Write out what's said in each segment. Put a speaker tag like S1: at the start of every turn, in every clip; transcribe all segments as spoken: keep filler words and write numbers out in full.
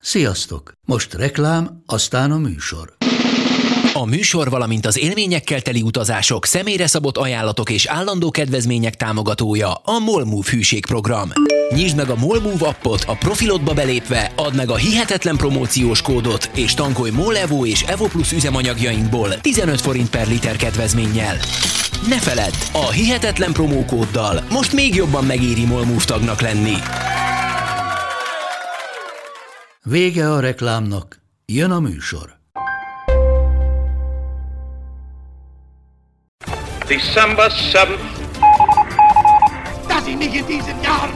S1: Sziasztok! Most reklám, aztán a műsor.
S2: A műsor, valamint az élményekkel teli utazások, személyre szabott ajánlatok és állandó kedvezmények támogatója a MOLMOVE hűségprogram. Nyisd meg a MOLMOVE appot, a profilodba belépve, add meg a hihetetlen promóciós kódot, és tankolj MOL Evo és Evo Plus üzemanyagjainkból tizenöt forint per liter kedvezménnyel. Ne feledd, a hihetetlen promókóddal most még jobban megéri MOLMOVE tagnak lenni.
S1: Vége a reklámnak, jön a műsor.
S3: December seventh.
S4: Das ist nicht in diesem Jahr.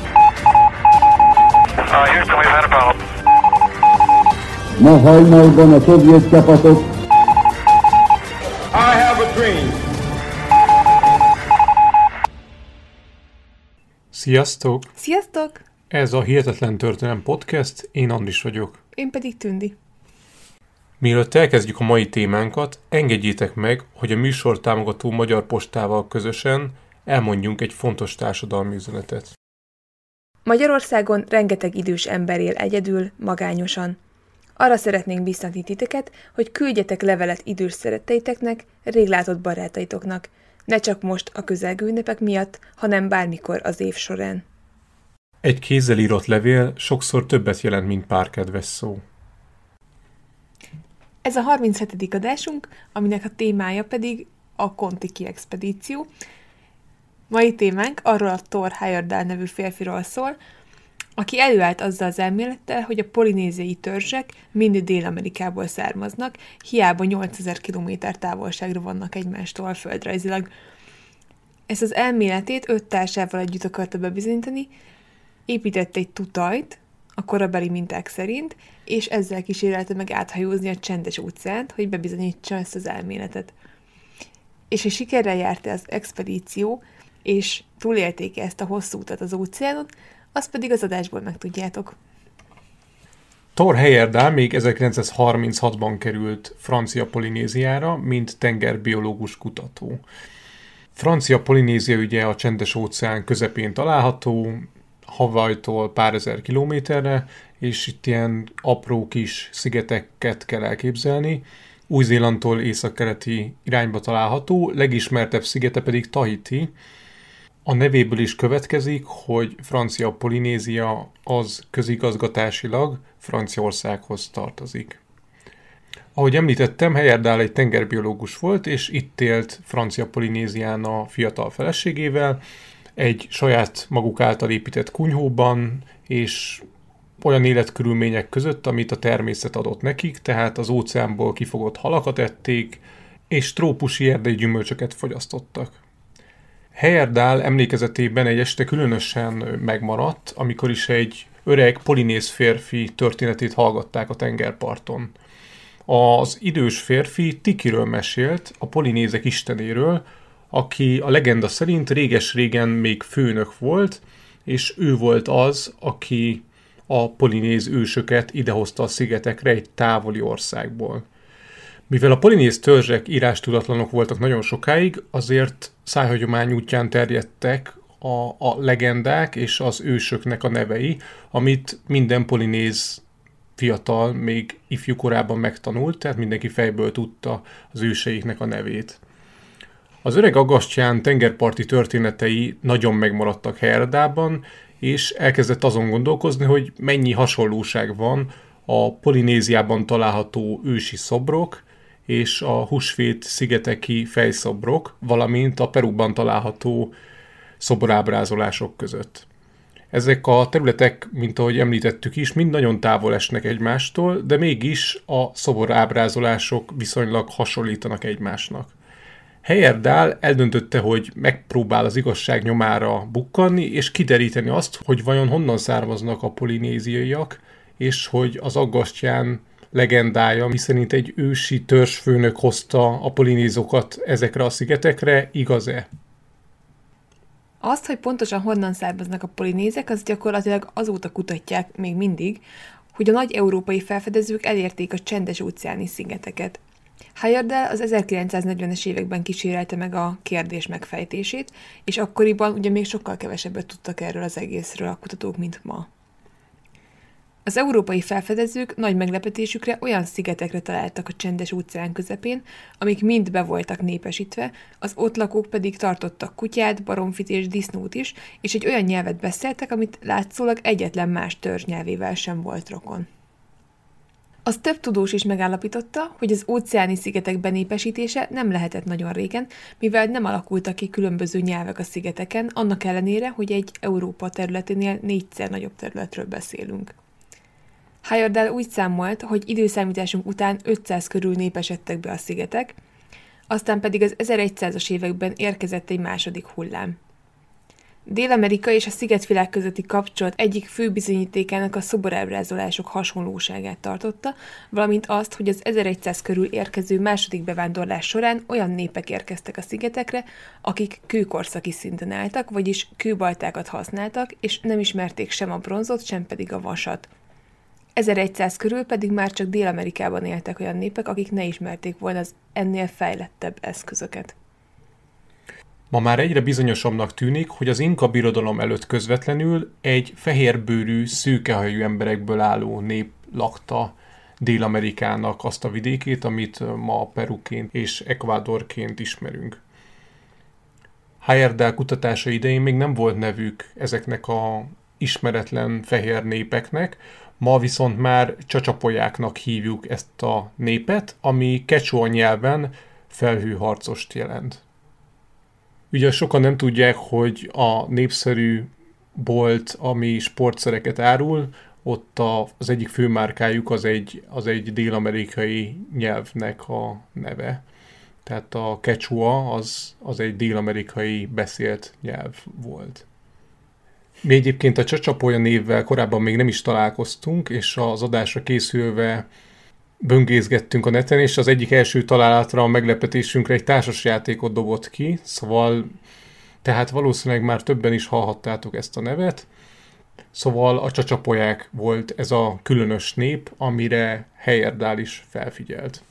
S5: Uh, Houston, we've had a problem.
S6: Ma hajnalban a szovjet csapatok.
S3: I have a dream.
S7: Sziasztok!
S8: Sziasztok!
S7: Ez a Hihetetlen Történelem Podcast, én Andris vagyok.
S8: Én pedig Tündi.
S7: Mielőtt elkezdjük a mai témánkat, engedjétek meg, hogy a műsor támogató Magyar Postával közösen elmondjunk egy fontos társadalmi üzenetet.
S8: Magyarországon rengeteg idős ember él egyedül, magányosan. Arra szeretnénk biztatni titeket, hogy küldjetek levelet idős szeretteiteknek, rég látott barátaitoknak, ne csak most a közelgő ünnepek miatt, hanem bármikor az év során.
S7: Egy kézzel írott levél sokszor többet jelent, mint pár kedves szó.
S8: Ez a harminchetedik adásunk, aminek a témája pedig a Kon-Tiki expedíció. Mai témánk arról a Thor Heyerdahl nevű férfiról szól, aki előállt azzal az elmélettel, hogy a polinéziai törzsek mind Dél-Amerikából származnak, hiába nyolcezer kilométer távolságra vannak egymástól földrajzilag. Ezt az elméletét öt társával együtt akarta bebizonyítani, épített egy tutajt, a korabeli minták szerint, és ezzel kísérelte meg áthajózni a Csendes óceánt, hogy bebizonyítsa ezt az elméletet. És hogy sikerrel járt az expedíció, és túlélték ezt a hosszú utat az óceánon, azt pedig az adásból megtudjátok.
S7: Thor Heyerdahl még ezerkilencszázharminchatban került Francia Polinéziára, mint tengerbiológus kutató. Francia Polinézia ugye a Csendes óceán közepén található, Hawaiitól pár ezer kilométerre, és itt ilyen apró kis szigeteket kell elképzelni. Új-Zélandtól északkeleti irányba található, legismertebb szigete pedig Tahiti. A nevéből is következik, hogy Francia Polinézia az közigazgatásilag Franciaországhoz tartozik. Ahogy említettem, Heyerdahl egy tengerbiológus volt, és itt élt Francia Polinézián a fiatal feleségével, egy saját maguk által épített kunyhóban, és olyan életkörülmények között, amit a természet adott nekik, tehát az óceánból kifogott halakat ették, és trópusi erdei gyümölcsöket fogyasztottak. Heyerdahl emlékezetében egy este különösen megmaradt, amikor is egy öreg polinéz férfi történetét hallgatták a tengerparton. Az idős férfi Tikiről mesélt, a polinézek istenéről, aki a legenda szerint réges-régen még főnök volt, és ő volt az, aki a polinéz ősöket idehozta a szigetekre egy távoli országból. Mivel a polinéz törzsek írástudatlanok voltak nagyon sokáig, azért szájhagyomány útján terjedtek a, a legendák és az ősöknek a nevei, amit minden polinéz fiatal még ifjú korában megtanult, tehát mindenki fejből tudta az őseiknek a nevét. Az öreg Agastyán tengerparti történetei nagyon megmaradtak Heyerdahlban, és elkezdett azon gondolkozni, hogy mennyi hasonlóság van a Polinéziában található ősi szobrok és a húsvét szigeteki fejszobrok, valamint a Perúban található szoborábrázolások között. Ezek a területek, mint ahogy említettük is, mind nagyon távol esnek egymástól, de mégis a szoborábrázolások viszonylag hasonlítanak egymásnak. Heyerdahl eldöntötte, hogy megpróbál az igazság nyomára bukkanni, és kideríteni azt, hogy vajon honnan származnak a polinéziaiak, és hogy az Agastyán legendája, miszerint egy ősi törzsfőnök hozta a polinézokat ezekre a szigetekre, igaz-e?
S8: Azt, hogy pontosan honnan származnak a polinézek, az gyakorlatilag azóta kutatják még mindig, hogy a nagy európai felfedezők elérték a csendes óceáni szigeteket. Heyerdahl az ezerkilencszáznegyvenes években kísérelte meg a kérdés megfejtését, és akkoriban ugye még sokkal kevesebbet tudtak erről az egészről a kutatók, mint ma. Az európai felfedezők nagy meglepetésükre olyan szigetekre találtak a Csendes-óceán közepén, amik mind be voltak népesítve, az ott lakók pedig tartottak kutyát, baromfit és disznót is, és egy olyan nyelvet beszéltek, amit látszólag egyetlen más törzs nyelvével sem volt rokon. Az több tudós is megállapította, hogy az óceáni szigetek benépesítése nem lehetett nagyon régen, mivel nem alakultak ki különböző nyelvek a szigeteken, annak ellenére, hogy egy Európa területénél négyszer nagyobb területről beszélünk. Heyerdahl úgy számolt, hogy időszámításunk után ötszáz körül népesedtek be a szigetek, aztán pedig az ezeregyszázas években érkezett egy második hullám. Dél-Amerika és a szigetvilág közötti kapcsolat egyik fő bizonyítékának a szoborábrázolások hasonlóságát tartotta, valamint azt, hogy az ezeregyszáz körül érkező második bevándorlás során olyan népek érkeztek a szigetekre, akik kőkorszaki szinten álltak, vagyis kőbaltákat használtak, és nem ismerték sem a bronzot, sem pedig a vasat. ezeregyszáz körül pedig már csak Dél-Amerikában éltek olyan népek, akik ne ismerték volna az ennél fejlettebb eszközöket.
S7: Ma már egyre bizonyosabbnak tűnik, hogy az Inka birodalom előtt közvetlenül egy fehérbőrű, szőkehajú emberekből álló nép lakta Dél-Amerikának azt a vidékét, amit ma Peruként és Ecuadorként ismerünk. Heyerdahl kutatása idején még nem volt nevük ezeknek a ismeretlen fehér népeknek, ma viszont már csacsapolyáknak hívjuk ezt a népet, ami quechua nyelven felhőharcost jelent. Ugye sokan nem tudják, hogy a népszerű bolt, ami sportszereket árul, ott a, az egyik főmárkájuk az egy, az egy dél-amerikai nyelvnek a neve. Tehát a quechua az, az egy dél-amerikai beszélt nyelv volt. Mi egyébként a csacsapolya névvel korábban még nem is találkoztunk, és az adásra készülve böngészgettünk a neten, és az egyik első találatra a meglepetésünkre egy társasjátékot dobott ki, szóval tehát valószínűleg már többen is hallhattátok ezt a nevet. Szóval a csacsapolyák volt ez a különös nép, amire Heyerdahl is felfigyelt.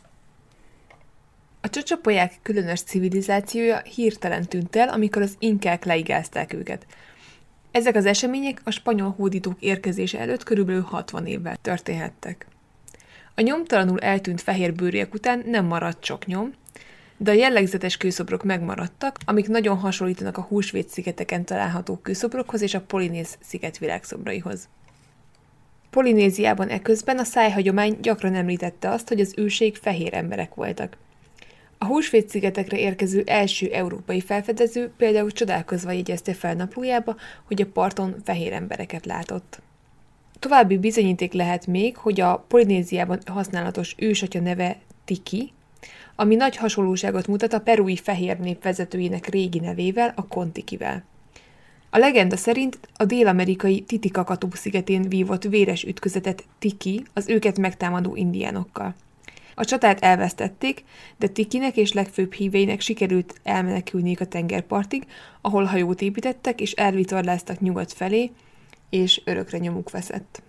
S8: A csacsapolyák különös civilizációja hirtelen tűnt el, amikor az inkák leigázták őket. Ezek az események a spanyol hódítók érkezése előtt körülbelül hatvan évvel történhettek. A nyomtalanul eltűnt fehérbőrűek után nem maradt sok nyom, de a jellegzetes kőszobrok megmaradtak, amik nagyon hasonlítanak a Húsvét-szigeteken található kőszobrokhoz és a Polinéz sziget virágszobraihoz. Polinéziában eközben a szájhagyomány gyakran említette azt, hogy az őseik fehér emberek voltak. A Húsvét-szigetekre érkező első európai felfedező például csodálkozva jegyezte fel naplójába, hogy a parton fehér embereket látott. További bizonyíték lehet még, hogy a Polinéziában használatos ősatya neve Tiki, ami nagy hasonlóságot mutat a perui fehér nép vezetőjének régi nevével, a Kontikivel. A legenda szerint a dél-amerikai Titicacatú szigetén vívott véres ütközetet Tiki az őket megtámadó indiánokkal. A csatát elvesztették, de Tikinek és legfőbb híveinek sikerült elmenekülniük a tengerpartig, ahol hajót építettek és elvitorláztak nyugat felé, és örökre nyomuk veszett.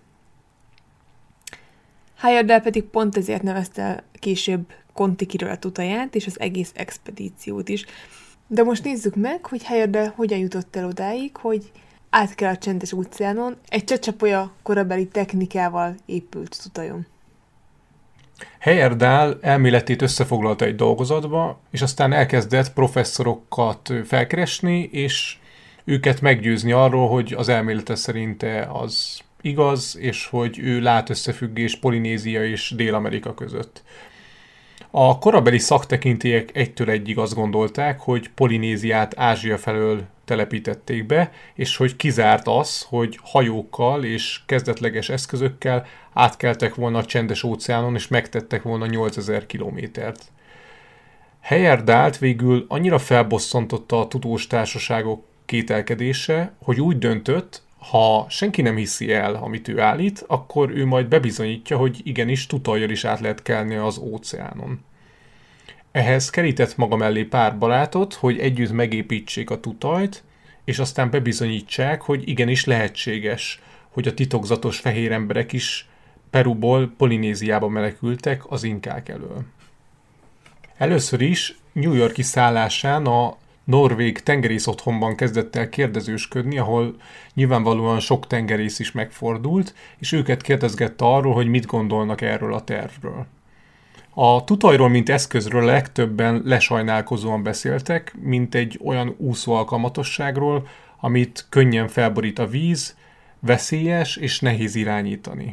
S8: Heyerdahl pedig pont ezért nevezte el később Kontikiről a tutaját, és az egész expedíciót is. De most nézzük meg, hogy Heyerdahl hogyan jutott el odáig, hogy át kell a Csendes-óceánon egy csacsapolya korabeli technikával épült tutajon.
S7: Heyerdahl elméletét összefoglalta egy dolgozatba, és aztán elkezdett professzorokat felkeresni, és őket meggyőzni arról, hogy az elmélete szerinte az igaz, és hogy ő lát összefüggés Polinézia és Dél-Amerika között. A korabeli szaktekintélyek egytől egyig azt gondolták, hogy Polinéziát Ázsia felől telepítették be, és hogy kizárt az, hogy hajókkal és kezdetleges eszközökkel átkeltek volna a Csendes-óceánon, és megtettek volna nyolcezer kilométert. Heyerdahlt végül annyira felbosszantotta a tudós társaságok kételkedése, hogy úgy döntött, ha senki nem hiszi el, amit ő állít, akkor ő majd bebizonyítja, hogy igenis tutajjal is át lehet kelni az óceánon. Ehhez kerített maga mellé pár barátot, hogy együtt megépítsék a tutajt, és aztán bebizonyítsák, hogy igenis lehetséges, hogy a titokzatos fehér emberek is Peruból Polinéziába menekültek az inkák elől. Először is New York-i szállásán a norvég tengerész otthonban kezdett el kérdezősködni, ahol nyilvánvalóan sok tengerész is megfordult, és őket kérdezgette arról, hogy mit gondolnak erről a tervről. A tutajról, mint eszközről legtöbben lesajnálkozóan beszéltek, mint egy olyan úszó alkalmatosságról, amit könnyen felborít a víz, veszélyes és nehéz irányítani.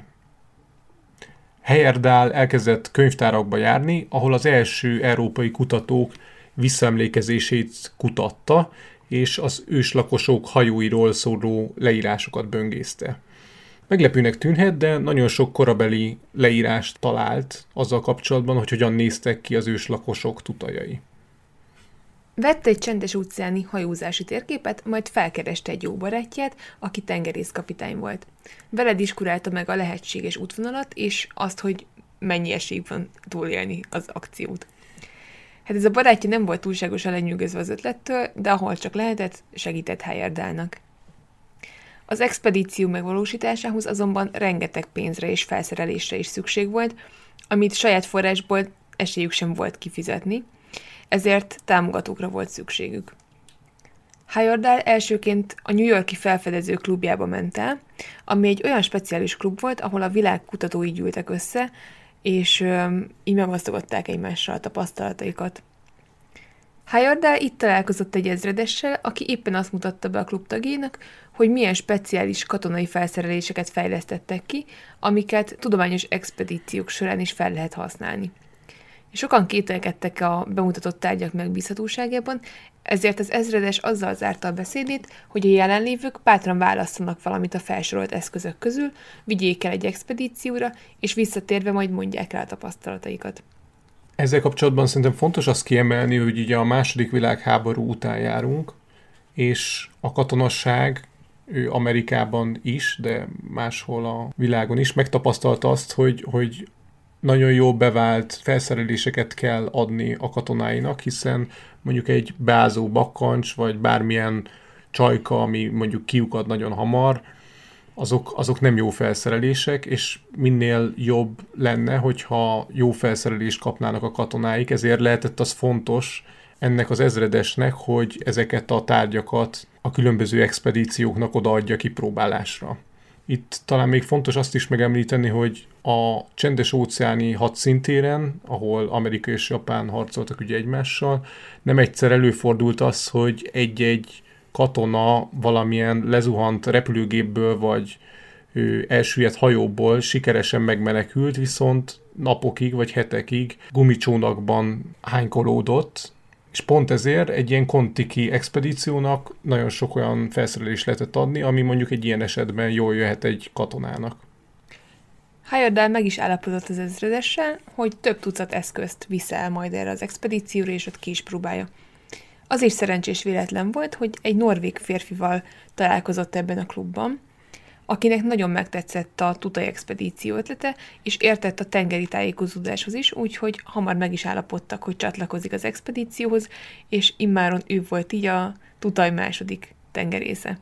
S7: Heyerdahl elkezdett könyvtárakba járni, ahol az első európai kutatók visszaemlékezését kutatta, és az őslakosok hajóiról szóló leírásokat böngészte. Meglepőnek tűnhet, de nagyon sok korabeli leírást talált azzal kapcsolatban, hogy hogyan néztek ki az őslakosok tutajai.
S8: Vett egy csendes óceáni hajózási térképet, majd felkereste egy jó barátját, aki tengerészkapitány volt. Vele diskurálta meg a lehetséges útvonalat, és azt, hogy mennyi esély van túlélni az akciót. Hát ez a barátja nem volt túlságosan lenyűgözve az ötlettől, de ahol csak lehetett, segített Heyerdahlnak. Az expedíció megvalósításához azonban rengeteg pénzre és felszerelésre is szükség volt, amit saját forrásból esélyük sem volt kifizetni, ezért támogatókra volt szükségük. Heyerdahl elsőként a New York-i felfedező klubjába ment el, ami egy olyan speciális klub volt, ahol a világ kutatói gyűltek össze, és öm, így megosztogatták egymással a tapasztalataikat. Heyerdahl itt találkozott egy ezredessel, aki éppen azt mutatta be a klub tagjainak, hogy milyen speciális katonai felszereléseket fejlesztettek ki, amiket tudományos expedíciók során is fel lehet használni. Sokan kételkedtek a bemutatott tárgyak megbízhatóságában, ezért az ezredes azzal zárta a beszédét, hogy a jelenlévők bátran válasszanak valamit a felsorolt eszközök közül, vigyék el egy expedícióra, és visszatérve majd mondják el a tapasztalataikat.
S7: Ezzel kapcsolatban szerintem fontos azt kiemelni, hogy ugye a második világháború után járunk, és a katonasság ő Amerikában is, de máshol a világon is megtapasztalta azt, hogy, hogy nagyon jó bevált felszereléseket kell adni a katonáinak, hiszen mondjuk egy beázó bakkancs, vagy bármilyen csajka, ami mondjuk kiukad nagyon hamar, azok, azok nem jó felszerelések, és minél jobb lenne, hogyha jó felszerelést kapnának a katonáik, ezért lehetett az fontos ennek az ezredesnek, hogy ezeket a tárgyakat a különböző expedícióknak odaadja kipróbálásra. Itt talán még fontos azt is megemlíteni, hogy a csendes-óceáni hadszintéren, ahol Amerika és Japán harcoltak ugye egymással, nem egyszer előfordult az, hogy egy-egy katona valamilyen lezuhant repülőgépből vagy ő, elsüllyedt hajóból sikeresen megmenekült, viszont napokig vagy hetekig gumicsónakban hánykolódott, és pont ezért egy ilyen Kon-Tiki expedíciónak nagyon sok olyan felszerelést lehetett adni, ami mondjuk egy ilyen esetben jól jöhet egy katonának.
S8: Heyerdahl meg is állapodott az ezredessel, hogy több tucat eszközt visz el majd erre az expedícióra, és ott ki is próbálja. Az is szerencsés véletlen volt, hogy egy norvég férfival találkozott ebben a klubban, akinek nagyon megtetszett a tutaj expedíció ötlete, és értett a tengeri tájékozódáshoz is, úgyhogy hamar meg is állapodtak, hogy csatlakozik az expedícióhoz, és immáron ő volt így a tutaj második tengerésze.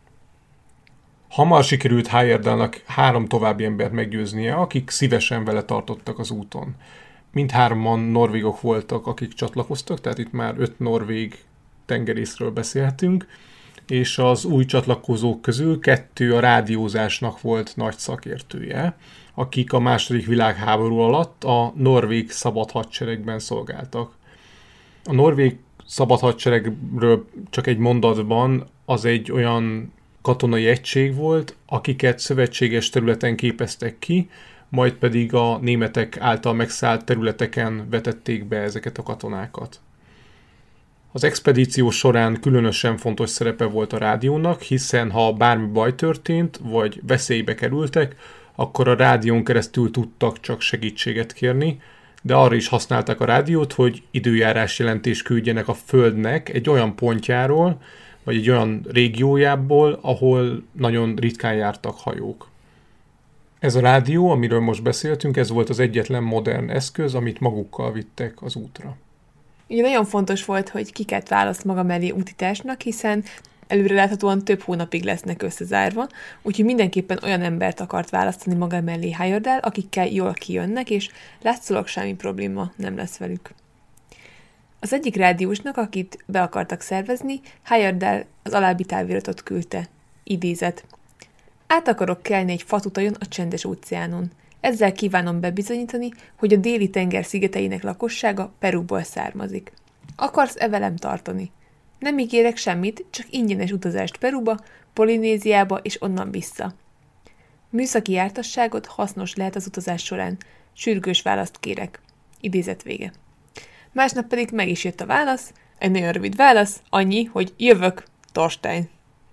S7: Hamar sikerült Heyerdahlnak három további embert meggyőznie, akik szívesen vele tartottak az úton. Mindhárman norvégok voltak, akik csatlakoztak, tehát itt már öt norvég tengerészről beszélhetünk, és az új csatlakozók közül kettő a rádiózásnak volt nagy szakértője, akik a második világháború alatt a norvég szabad hadseregben szolgáltak. A norvég szabad hadseregről csak egy mondatban az egy olyan katonai egység volt, akiket szövetséges területen képeztek ki, majd pedig a németek által megszállt területeken vetették be ezeket a katonákat. Az expedíció során különösen fontos szerepe volt a rádiónak, hiszen ha bármi baj történt, vagy veszélybe kerültek, akkor a rádión keresztül tudtak csak segítséget kérni, de arra is használták a rádiót, hogy időjárás jelentést küldjenek a Földnek egy olyan pontjáról, vagy egy olyan régiójából, ahol nagyon ritkán jártak hajók. Ez a rádió, amiről most beszéltünk, ez volt az egyetlen modern eszköz, amit magukkal vittek az útra.
S8: Ugye nagyon fontos volt, hogy kiket választ maga mellé útitársnak, hiszen előreláthatóan több hónapig lesznek összezárva, úgyhogy mindenképpen olyan embert akart választani maga mellé Heyerdahl, akikkel jól kijönnek, és látszólag semmi probléma nem lesz velük. Az egyik rádiósnak, akit be akartak szervezni, Heyerdahl az alábbi táviratot küldte. Idézet. Át akarok kelni egy fatutajon a Csendes-óceánon. Ezzel kívánom bebizonyítani, hogy a déli tenger szigeteinek lakossága Perúból származik. Akarsz-e velem tartani? Nem ígérek semmit, csak ingyenes utazást Perúba, Polinéziába és onnan vissza. Műszaki jártasságot hasznos lehet az utazás során. Sürgős választ kérek. Idézet vége. Másnap pedig meg is jött a válasz, egy nagyon rövid válasz, annyi, hogy jövök, Thorstein.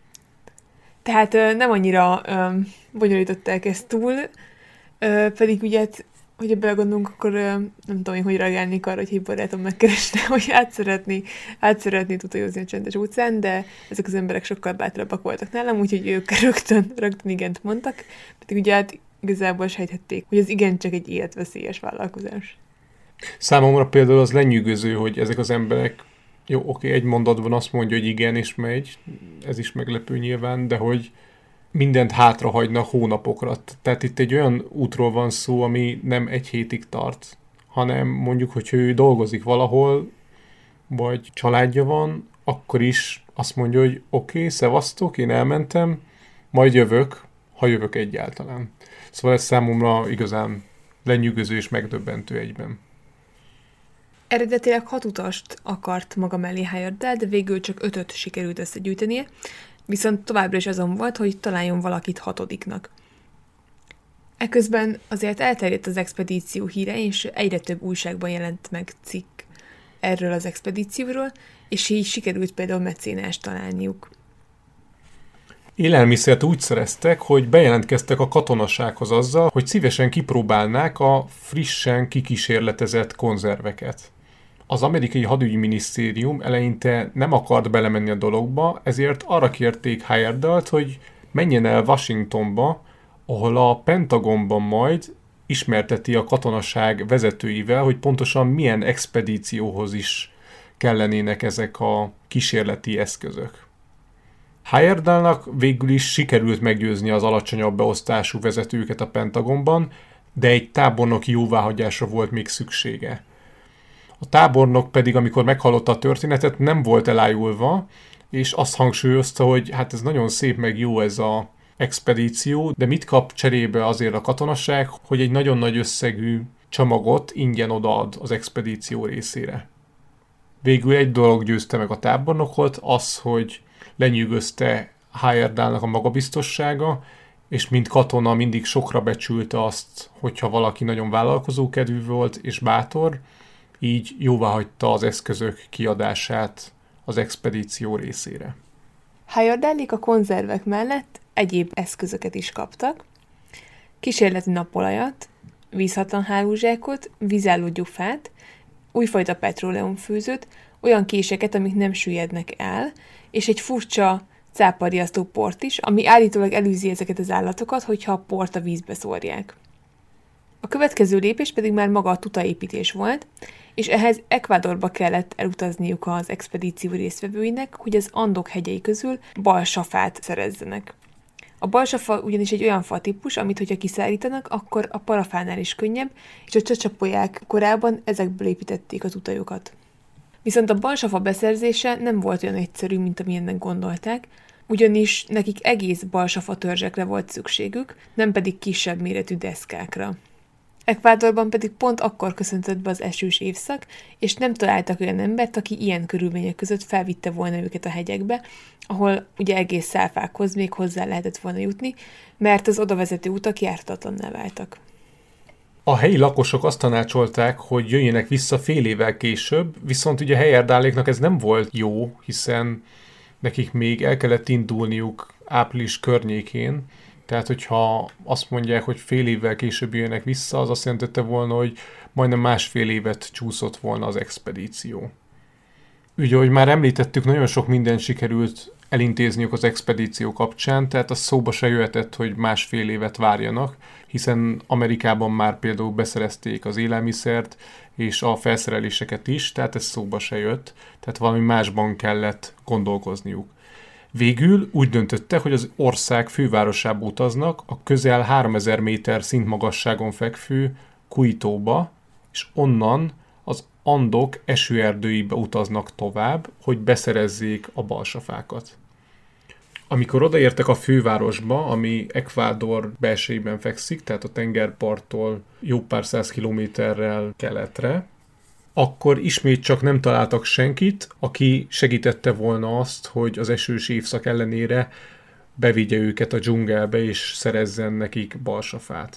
S8: Tehát nem annyira um, bonyolították ezt túl, uh, pedig ugye, hogyha belegondolunk, akkor uh, nem tudom én, hogy reagálnék arra, hogy egy barátom megkeresne, hogy át szeretné, át szeretné utajozni a Csendes-óceán, de ezek az emberek sokkal bátrabbak voltak nálam, úgyhogy ők rögtön, rögtön igent mondtak, pedig ugye hát igazából sejthették, hogy ez igencsak egy életveszélyes vállalkozás.
S7: Számomra például az lenyűgöző, hogy ezek az emberek, jó, oké, egy mondatban azt mondja, hogy igen, és megy, ez is meglepő nyilván, de hogy mindent hátrahagynak hónapokra. Tehát itt egy olyan útról van szó, ami nem egy hétig tart, hanem mondjuk, hogyha ő dolgozik valahol, vagy családja van, akkor is azt mondja, hogy oké, okay, szevasztok, én elmentem, majd jövök, ha jövök egyáltalán. Szóval ez számomra igazán lenyűgöző és megdöbbentő egyben.
S8: Eredetileg hat utast akart maga mellé Heyerdahl, de végül csak ötöt sikerült összegyűjtenie, viszont továbbra is azon volt, hogy találjon valakit hatodiknak. Eközben azért elterjedt az expedíció híre, és egyre több újságban jelent meg cikk erről az expedícióról, és így sikerült például mecénást találniuk.
S7: Élelmiszert úgy szereztek, hogy bejelentkeztek a katonasághoz azzal, hogy szívesen kipróbálnák a frissen kikísérletezett konzerveket. Az amerikai hadügyminisztérium eleinte nem akart belemenni a dologba, ezért arra kérték Heyerdahlt, hogy menjen el Washingtonba, ahol a Pentagonban majd ismerteti a katonaság vezetőivel, hogy pontosan milyen expedícióhoz is kellenének ezek a kísérleti eszközök. Heyerdahlnak végül is sikerült meggyőzni az alacsonyabb beosztású vezetőket a Pentagonban, de egy tábornoki jóváhagyásra volt még szüksége. A tábornok pedig, amikor meghallotta a történetet, nem volt elájulva, és azt hangsúlyozta, hogy hát ez nagyon szép meg jó ez a expedíció, de mit kap cserébe azért a katonaság, hogy egy nagyon nagy összegű csomagot ingyen odaad az expedíció részére. Végül egy dolog győzte meg a tábornokot, az, hogy lenyűgözte Heyerdahlnak a magabiztossága, és mint katona mindig sokra becsülte azt, hogyha valaki nagyon vállalkozókedvű volt és bátor, így jóváhagyta az eszközök kiadását az expedíció részére.
S8: Heyerdahlék a konzervek mellett egyéb eszközöket is kaptak, kísérleti napolajat, vízhatlan hálózsákot, vízálló gyufát, újfajta petróleumfőzőt, olyan késeket, amik nem süllyednek el, és egy furcsa cápariasztó port is, ami állítólag elűzi ezeket az állatokat, hogyha a port a vízbe szórják. A következő lépés pedig már maga a tutaépítés volt, és ehhez Ecuadorba kellett elutazniuk az expedíció résztvevőinek, hogy az Andok hegyei közül balsafát szerezzenek. A balsafa ugyanis egy olyan fatípus, amit hogyha kiszállítanak, akkor a parafánál is könnyebb, és a csacsapolják korában ezekből építették a tutajokat. Viszont a balsafa beszerzése nem volt olyan egyszerű, mint amilyennek gondolták, ugyanis nekik egész balsafa törzsekre volt szükségük, nem pedig kisebb méretű deszkákra. Ecuadorban pedig pont akkor köszöntött be az esős évszak, és nem találtak olyan embert, aki ilyen körülmények között felvitte volna őket a hegyekbe, ahol ugye egész szálfákhoz még hozzá lehetett volna jutni, mert az odavezető utak jártatlanná váltak.
S7: A helyi lakosok azt tanácsolták, hogy jöjjenek vissza fél évvel később, viszont ugye Heyerdahléknak ez nem volt jó, hiszen nekik még el kellett indulniuk április környékén, tehát hogyha azt mondják, hogy fél évvel később jöjjenek vissza, az azt jelentette volna, hogy majdnem másfél évet csúszott volna az expedíció. Ugye, ahogy már említettük, nagyon sok mindent sikerült elintézniük az expedíció kapcsán, tehát az szóba se jöhetett, hogy másfél évet várjanak, hiszen Amerikában már például beszerezték az élelmiszert és a felszereléseket is, tehát ez szóba se jött, tehát valami másban kellett gondolkozniuk. Végül úgy döntöttek, hogy az ország fővárosába utaznak, a közel háromezer méter szintmagasságon fekvő Quitoba, és onnan az Andok esőerdőibe utaznak tovább, hogy beszerezzék a balsafákat. Amikor odaértek a fővárosba, ami Ecuador belsejében fekszik, tehát a tengerparttól jó pár száz kilométerrel keletre, akkor ismét csak nem találtak senkit, aki segítette volna azt, hogy az esős évszak ellenére bevigye őket a dzsungelbe és szerezzen nekik balsafát.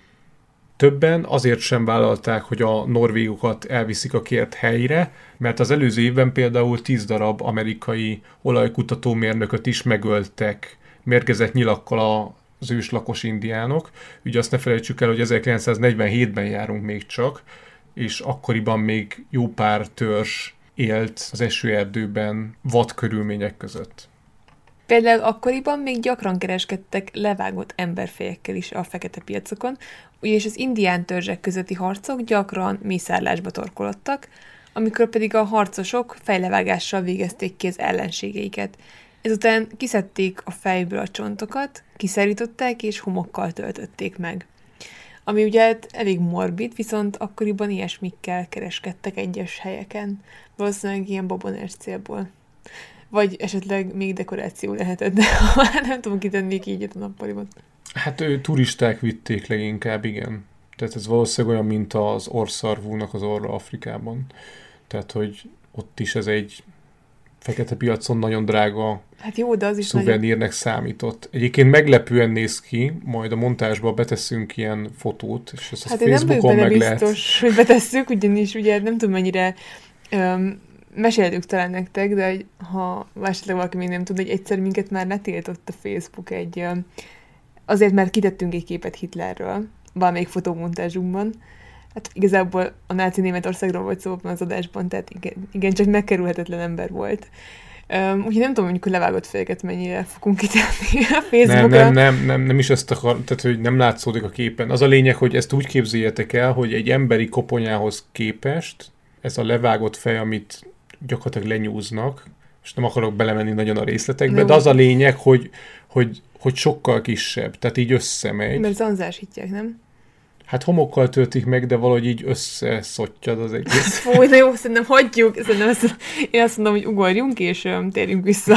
S7: Többen azért sem vállalták, hogy a norvégokat elviszik a kért helyre, mert az előző évben például tíz darab amerikai olajkutatómérnököt is megöltek mérgezett nyilakkal az őslakos indiánok. Ugye azt ne felejtsük el, hogy ezerkilencszáznegyvenhétben járunk még csak, és akkoriban még jó pár törzs élt az esőerdőben vad körülmények között.
S8: Például akkoriban még gyakran kereskedtek levágott emberfejekkel is a fekete piacokon, ugyanis az indián törzsek közötti harcok gyakran mészárlásba torkolodtak, amikor pedig a harcosok fejlevágással végezték ki az ellenségeiket. Ezután kiszedték a fejből a csontokat, kiszárították és homokkal töltötték meg. Ami ugye hát elég morbid, viszont akkoriban ilyesmikkel kereskedtek egyes helyeken. Valószínűleg ilyen babonás célból. Vagy esetleg még dekoráció lehetett, de már nem tudom kitenni így a nappaliban.
S7: Hát ő, turisták vitték leginkább, igen. Tehát ez valószínűleg olyan, mint az orrszarvúnak az orra Afrikában. Tehát, hogy ott is ez egy fekete piacon nagyon drága
S8: hát jó, de az is
S7: szuvenírnek
S8: nagyon...
S7: számított. Egyébként meglepően néz ki, majd a montázsba beteszünk ilyen fotót, és ezt
S8: hát
S7: a Facebookon meg lehet.
S8: Hát én nem biztos, hogy betesszük, ugyanis ugye nem tudom mennyire öm, meséltük talán nektek, de hogy, ha esetleg valaki még nem tud, hogy egyszer minket már letiltott a Facebook egy, öm, azért mert kitettünk egy képet Hitlerről, valamelyik fotómontázsunkban. Hát igazából a náci Németországról volt szó az adásban, tehát igen, igen, csak megkerülhetetlen ember volt. Um, úgyhogy nem tudom, mondjuk, hogy levágott fejeket mennyire fogunk kitenni a Facebookra.
S7: Nem, nem, nem, nem, nem is ezt akar, tehát hogy nem látszódik a képen. Az a lényeg, hogy ezt úgy képzeljétek el, hogy egy emberi koponyához képest ez a levágott fej, amit gyakorlatilag lenyúznak, és nem akarok belemenni nagyon a részletekbe, no. De az a lényeg, hogy, hogy, hogy sokkal kisebb, tehát így összemegy.
S8: Mert zanzásítják, nem?
S7: Hát homokkal töltik meg, de valahogy így összeszottyad az egész.
S8: Fúj, de jó, szerintem hagyjuk. Szerintem azt, én azt mondom, hogy ugorjunk, és um, térjünk vissza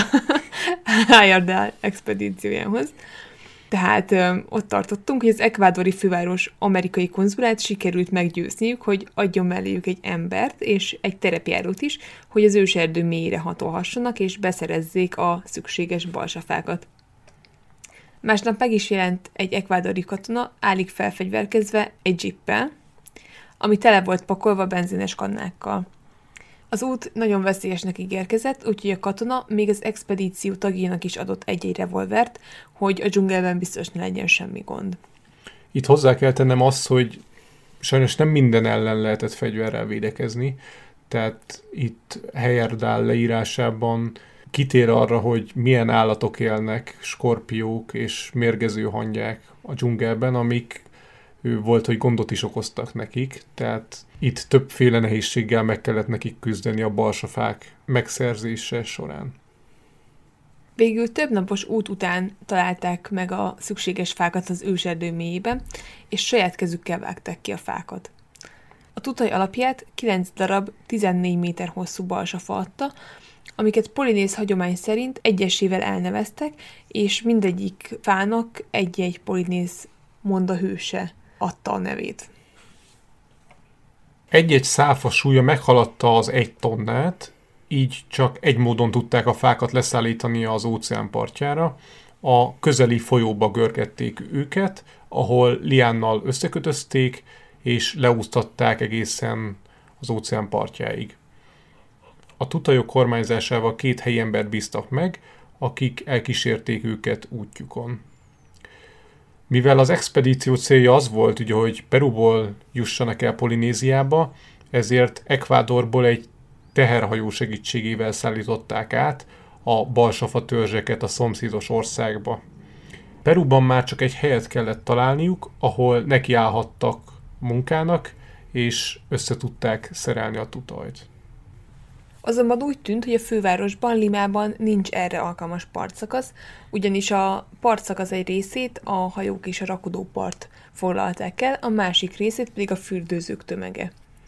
S8: Heyerdahl expedíciójához. Tehát um, ott tartottunk, hogy az ekvádori főváros amerikai konzulát sikerült meggyőzniük, hogy adjon melléjük egy embert, és egy terepjárót is, hogy az őserdő mélyére hatolhassanak, és beszerezzék a szükséges balsafákat. Másnap meg is jelent egy ekvádori katona, állig felfegyverkezve egy dzsippel, ami tele volt pakolva benzines kannákkal. Az út nagyon veszélyesnek ígérkezett, úgyhogy a katona még az expedíció tagjának is adott egy-egy revolvert, hogy a dzsungelben biztos ne legyen semmi gond.
S7: Itt hozzá kell tennem azt, hogy sajnos nem minden ellen lehetett fegyverrel védekezni, tehát itt Heyerdahl leírásában kitér arra, hogy milyen állatok élnek, skorpiók és mérgező hangyák a dzsungelben, amik ő volt, hogy gondot is okoztak nekik, tehát itt többféle nehézséggel meg kellett nekik küzdeni a balsafák megszerzése során.
S8: Végül több napos út után találták meg a szükséges fákat az őserdő mélyében, és saját kezükkel vágták ki a fákat. A tutaj alapját kilenc darab tizennégy méter hosszú balsafa adta, amiket polinéz hagyomány szerint egyesével elneveztek, és mindegyik fának egy-egy polinéz monda hőse adta a nevét.
S7: Egy-egy száfa súlya meghaladta az egy tonnát, így csak egy módon tudták a fákat leszállítani az óceán partjára. A közeli folyóba görgették őket, ahol liánnal összekötözték, és leúsztatták egészen az óceán partjáig. A tutajok kormányzásával két helyi embert bíztak meg, akik elkísérték őket útjukon. Mivel az expedíció célja az volt, ugye, hogy Peruból jussanak el Polinéziába, ezért Ecuadorból egy teherhajó segítségével szállították át a balsafa törzseket a szomszédos országba. Peruban már csak egy helyet kellett találniuk, ahol nekiállhattak munkának, és összetudták szerelni a tutajt.
S8: Azonban úgy tűnt, hogy a fővárosban, Limában nincs erre alkalmas partszakasz, ugyanis a partszakasz egy részét a hajók és a rakodópart foglalták el, a másik részét pedig a fürdőzők tömege.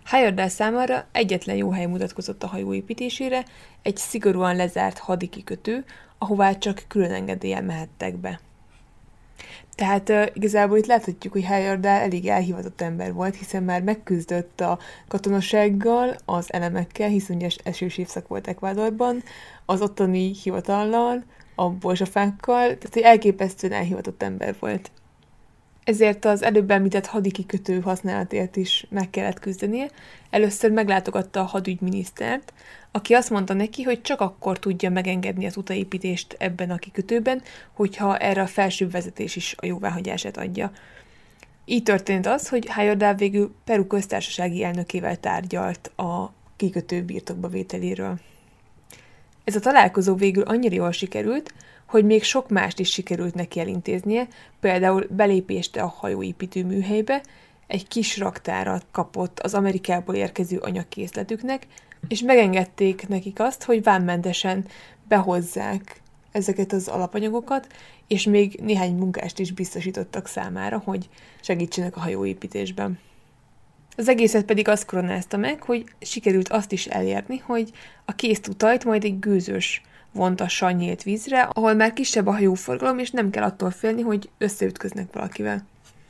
S8: Heyerdahl számára egyetlen jó hely mutatkozott a hajó építésére, egy szigorúan lezárt hadikikötő, ahová csak külön engedéllyel mehettek be. Tehát uh, igazából itt láthatjuk, hogy Heyerdahl elég elhivatott ember volt, hiszen már megküzdött a katonasággal, az elemekkel, hiszen ugye esős évszak volt Ecuadorban, az ottani hivatallal, a bolzsafákkal, tehát egy elképesztően elhivatott ember volt. Ezért az előbb említett hadikikötő használatért is meg kellett küzdenie. Először meglátogatta a hadügyminisztert, aki azt mondta neki, hogy csak akkor tudja megengedni az utaépítést ebben a kikötőben, hogyha erre a felsőbb vezetés is a jóváhagyását adja. Így történt az, hogy Heyerdahl végül Peru köztársasági elnökével tárgyalt a kikötő birtokba vételéről. Ez a találkozó végül annyira jól sikerült, hogy még sok mást is sikerült neki elintéznie, például belépést a hajóépítő műhelybe, egy kis raktárat kapott az Amerikából érkező anyagkészletüknek, és megengedték nekik azt, hogy vámmentesen behozzák ezeket az alapanyagokat, és még néhány munkást is biztosítottak számára, hogy segítsenek a hajóépítésben. Az egészet pedig azt koronázta meg, hogy sikerült azt is elérni, hogy a kész tutajt majd egy gőzös vontassa nyílt vízre, ahol már kisebb a hajóforgalom, és nem kell attól félni, hogy összeütköznek valakivel.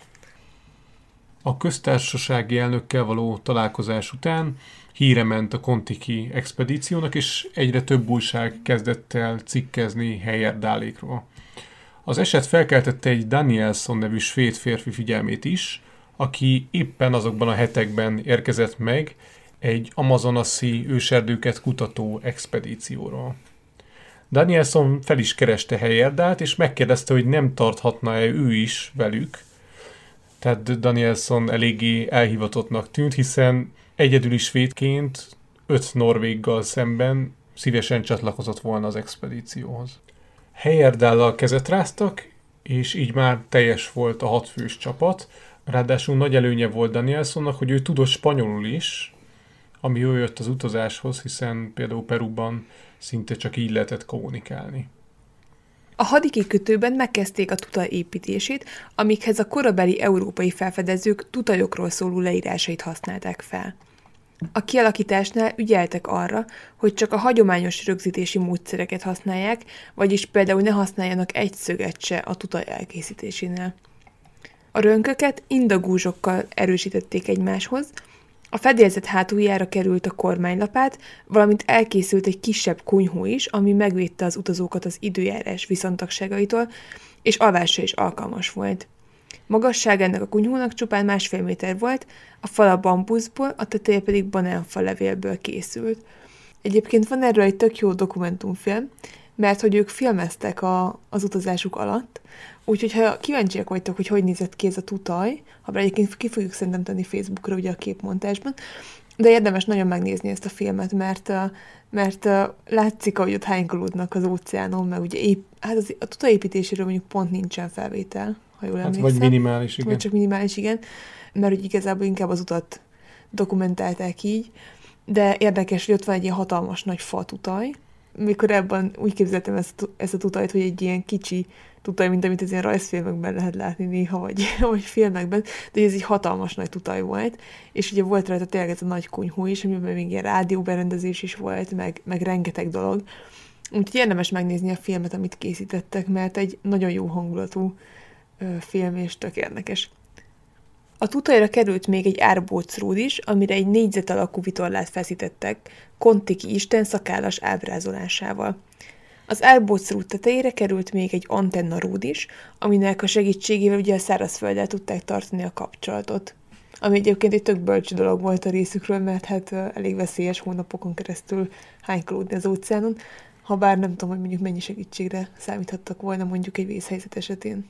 S7: A köztársasági elnökkel való találkozás után híre ment a Kon-Tiki expedíciónak, és egyre több újság kezdett el cikkezni Heyerdahlékról. Az eset felkeltette egy Danielson nevű svéd férfi figyelmét is, aki éppen azokban a hetekben érkezett meg egy amazonaszi őserdőket kutató expedícióról. Danielson fel is kereste Heyerdahlt, és megkérdezte, hogy nem tarthatna-e ő is velük. Tehát Danielson eléggé elhivatottnak tűnt, hiszen egyedüli svédként öt norvéggal szemben szívesen csatlakozott volna az expedícióhoz. Heyerdahllal kezet ráztak, és így már teljes volt a hatfős csapat. Ráadásul nagy előnye volt Danielsonnak, hogy ő tudott spanyolul is, ami jól jött az utazáshoz, hiszen például Peruban szinte csak így lehetett kommunikálni.
S8: A hadikikötőben megkezdték a tutaj építését, amikhez a korabeli európai felfedezők tutajokról szóló leírásait használták fel. A kialakításnál ügyeltek arra, hogy csak a hagyományos rögzítési módszereket használják, vagyis például ne használjanak egy szöget se a tutaj elkészítésénél. A rönköket indagúzsokkal erősítették egymáshoz, a fedélzet hátuljára került a kormánylapát, valamint elkészült egy kisebb kunyhó is, ami megvédte az utazókat az időjárás viszontagságaitól, és alvásra is alkalmas volt. Magasság ennek a kunyhónak csupán másfél méter volt, a fala bambuszból, a teteje pedig banánfa levélből készült. Egyébként van erről egy tök jó dokumentumfilm, mert hogy ők filmeztek a, az utazásuk alatt, úgyhogy ha kíváncsiak vagytok, hogy hogy nézett ki ez a tutaj, ha egyébként ki fogjuk szerintem tenni Facebookra ugye a képmontásban, de érdemes nagyon megnézni ezt a filmet, mert, mert látszik, ahogy ott hánykolódnak az óceánon, meg ugye épp, hát az, a tutaj építéséről mondjuk pont nincsen felvétel, ha jól emlékszem.
S7: Hát vagy minimális, igen.
S8: Vagy csak minimális, igen, mert hogy igazából inkább az utat dokumentálták így, de érdekes, hogy ott van egy ilyen hatalmas nagy fa tutaj, mikor ebben úgy képzeltem ezt, ezt a tutajt, hogy egy ilyen kicsi tutaj, mint amit az ilyen rajzfilmekben lehet látni néha, vagy, vagy filmekben, de ez egy hatalmas nagy tutaj volt, és ugye volt rajta tényleg ez a nagy kunyhó is, amiben még ilyen rádióberendezés is volt, meg, meg rengeteg dolog. Úgyhogy érdemes megnézni a filmet, amit készítettek, mert egy nagyon jó hangulatú ö, film, és tök érdekes. A tutajra került még egy árbócród is, amire egy négyzet alakú vitorlát feszítettek, Kon-Tiki isten szakállas ábrázolásával. Az árbócród tetejére került még egy antennaród is, aminek a segítségével ugye a szárazfölddel tudták tartani a kapcsolatot. Ami egyébként egy tök bölcs dolog volt a részükről, mert hát elég veszélyes hónapokon keresztül hánykolódni az óceánon, ha bár nem tudom, hogy mondjuk mennyi segítségre számíthattak volna mondjuk egy vészhelyzet esetén.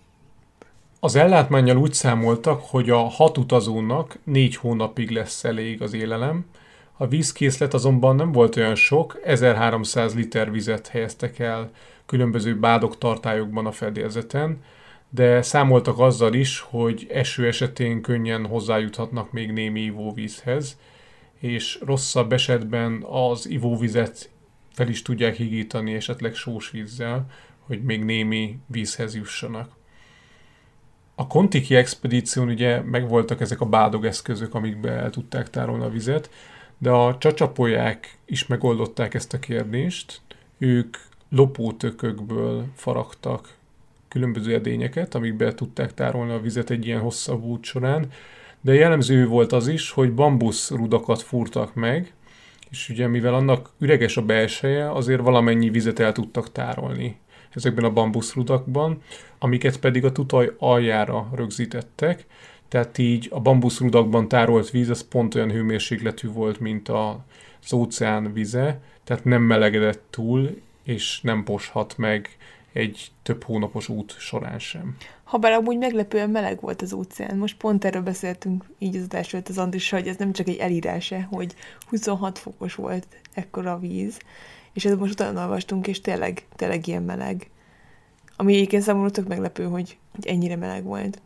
S7: Az ellátmánnyal úgy számoltak, hogy a hat utazónak négy hónapig lesz elég az élelem. A vízkészlet azonban nem volt olyan sok, ezerháromszáz liter vizet helyeztek el különböző bádok tartályokban a fedélzeten, de számoltak azzal is, hogy eső esetén könnyen hozzájuthatnak még némi ivóvízhez, és rosszabb esetben az ivóvizet fel is tudják higítani esetleg sós vízzel, hogy még némi vízhez jussanak. A Kon-Tiki expedíción ugye megvoltak ezek a bádogeszközök, amikbe el tudták tárolni a vizet, de a csacsapóják is megoldották ezt a kérdést. Ők lopótökökből faragtak különböző edényeket, amikbe tudták tárolni a vizet egy ilyen hosszabb út során, de jellemző volt az is, hogy bambuszrudakat fúrtak meg, és ugye mivel annak üreges a belseje, azért valamennyi vizet el tudtak tárolni ezekben a bambuszrudakban, amiket pedig a tutaj aljára rögzítettek, tehát így a bambuszrudakban tárolt víz az pont olyan hőmérsékletű volt, mint az óceán vize, tehát nem melegedett túl, és nem poshat meg egy több hónapos út során sem.
S8: Habár amúgy meglepően meleg volt az óceán. Most pont erről beszéltünk így az adás előtt az Andrissal, hogy ez nem csak egy elírása, hogy huszonhat fokos volt ekkora a víz, és ezt most utána olvastunk, és tényleg, tényleg ilyen meleg. Ami egyébként számomra tök meglepő, hogy, hogy ennyire meleg volt.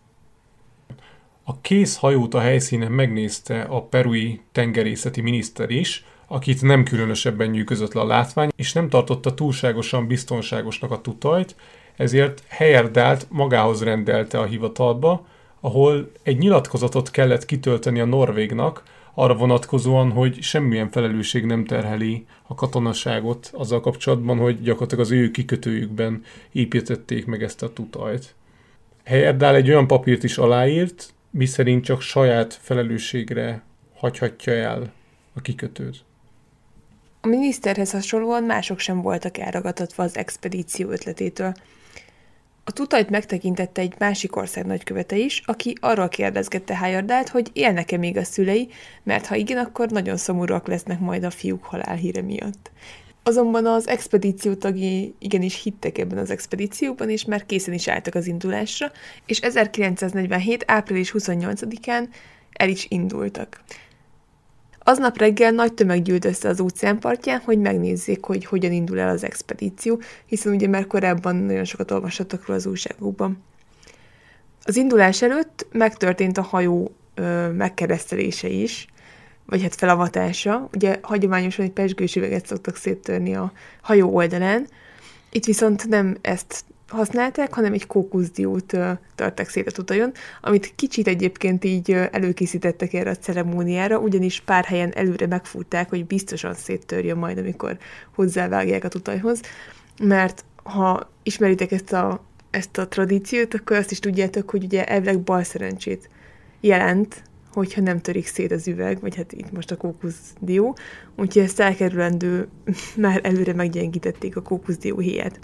S7: A kész hajót a helyszínen megnézte a perui tengerészeti miniszter is, akit nem különösebben nyűgözött le a látvány, és nem tartotta túlságosan biztonságosnak a tutajt, ezért Heyerdahl magához rendelte a hivatalba, ahol egy nyilatkozatot kellett kitölteni a norvégnak, arra vonatkozóan, hogy semmilyen felelősség nem terheli a katonaságot azzal kapcsolatban, hogy gyakorlatilag az ő kikötőjükben építették meg ezt a tutajt. Heyerdahl egy olyan papírt is aláírt, miszerint csak saját felelősségre hagyhatja el a kikötőt.
S8: A miniszterhez hasonlóan mások sem voltak elragadtatva az expedíció ötletétől. A tutajt megtekintette egy másik ország nagykövete is, aki arról kérdezgette Heyerdahlt, hogy élnek-e még a szülei, mert ha igen, akkor nagyon szomorúak lesznek majd a fiúk halálhíre miatt. Azonban az expedíció tagjai igenis hittek ebben az expedícióban, és már készen is álltak az indulásra, és ezerkilencszáznegyvenhét. április huszonnyolcadikán el is indultak. Aznap reggel nagy tömeg gyűlt össze az óceánpartján, hogy megnézzék, hogy hogyan indul el az expedíció, hiszen ugye már korábban nagyon sokat olvashattak róla az újságokban. Az indulás előtt megtörtént a hajó ö, megkeresztelése is, vagy hát felavatása. Ugye hagyományosan egy pezsgős üveget szoktak széttörni a hajó oldalán, itt viszont nem ezt használták, hanem egy kókuszdiót ö, törtek szét a tutajon, amit kicsit egyébként így ö, előkészítettek erre a ceremóniára, ugyanis pár helyen előre megfúrták, hogy biztosan széttörjön majd, amikor hozzávágják a tutajhoz, mert ha ismeritek ezt a, ezt a tradíciót, akkor azt is tudjátok, hogy ugye elvileg balszerencsét jelent, hogyha nem törik szét az üveg, vagy hát itt most a kókuszdió, úgyhogy ezt elkerülendő már előre meggyengítették a kókuszdió héját.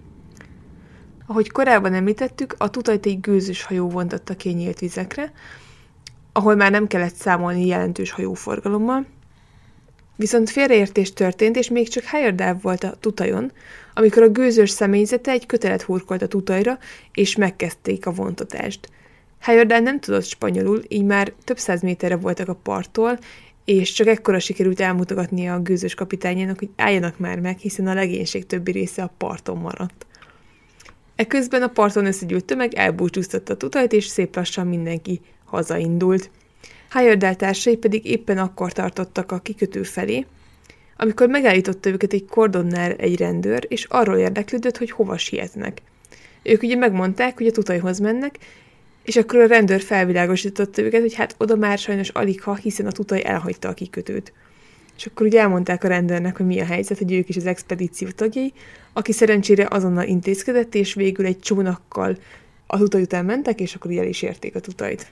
S8: Ahogy korábban említettük, a tutajt egy gőzös hajó vontatta ki nyílt vizekre, ahol már nem kellett számolni jelentős hajóforgalommal, viszont félreértés történt, és még csak Heyerdahl volt a tutajon, amikor a gőzös személyzete egy kötelet hurkolt a tutajra, és megkezdték a vontatást. Heyerdahl nem tudott spanyolul, így már több száz méterre voltak a parttól, és csak ekkora sikerült elmutogatnia a gőzös kapitányának, hogy álljanak már meg, hiszen a legénység többi része a parton maradt. Eközben a parton összegyűlt tömeg elbúcsúztatta a tutajt, és szép lassan mindenki hazaindult. Heyerdahl társai pedig éppen akkor tartottak a kikötő felé, amikor megállította őket egy kordonnál egy rendőr, és arról érdeklődött, hogy hova sietnek. Ők ugye megmondták, hogy a tutajhoz mennek, és akkor a rendőr felvilágosította őket, hogy hát oda már sajnos aligha, hiszen a tutaj elhagyta a kikötőt. És akkor ugye elmondták a rendőrnek, hogy mi a helyzet, hogy ők is az expedíció tagjai, aki szerencsére azonnal intézkedett, és végül egy csónakkal a tutaj után mentek, és akkor el is érték a tutajt.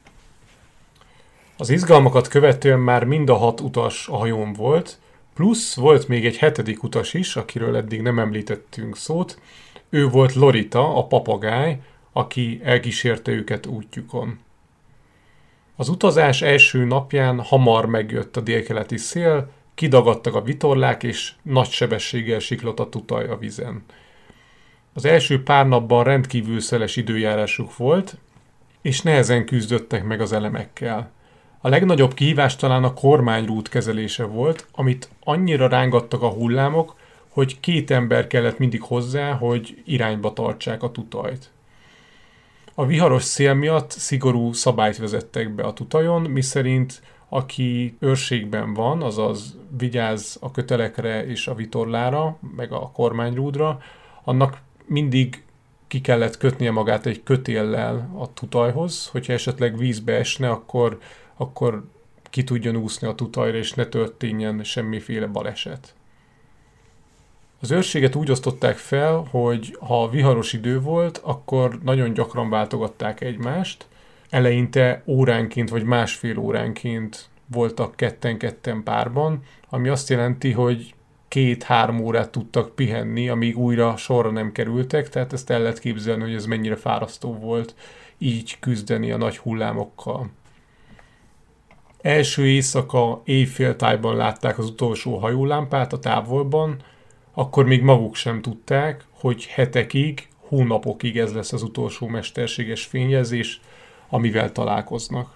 S7: Az izgalmakat követően már mind a hat utas a hajón volt, plusz volt még egy hetedik utas is, akiről eddig nem említettünk szót. Ő volt Lorita, a papagáj, aki elkísérte őket útjukon. Az utazás első napján hamar megjött a délkeleti szél, kidagadtak a vitorlák, és nagy sebességgel siklott a tutaj a vízen. Az első pár napban rendkívül szeles időjárásuk volt, és nehezen küzdöttek meg az elemekkel. A legnagyobb kihívás talán a kormányrút kezelése volt, amit annyira rángattak a hullámok, hogy két ember kellett mindig hozzá, hogy irányba tartsák a tutajt. A viharos szél miatt szigorú szabályt vezettek be a tutajon, miszerint aki őrségben van, azaz vigyáz a kötelekre és a vitorlára, meg a kormányrúdra, annak mindig ki kellett kötnie magát egy kötéllel a tutajhoz, hogyha esetleg vízbe esne, akkor, akkor ki tudjon úszni a tutajra, és ne történjen semmiféle baleset. Az őrséget úgy osztották fel, hogy ha viharos idő volt, akkor nagyon gyakran váltogatták egymást. Eleinte óránként vagy másfél óránként voltak ketten-ketten párban, ami azt jelenti, hogy két-három órát tudtak pihenni, amíg újra sorra nem kerültek, tehát ezt el lehet képzelni, hogy ez mennyire fárasztó volt így küzdeni a nagy hullámokkal. Első éjszaka éjféltájban látták az utolsó hajólámpát a távolban, akkor még maguk sem tudták, hogy hetekig, hónapokig ez lesz az utolsó mesterséges fényjelzés, amivel találkoznak.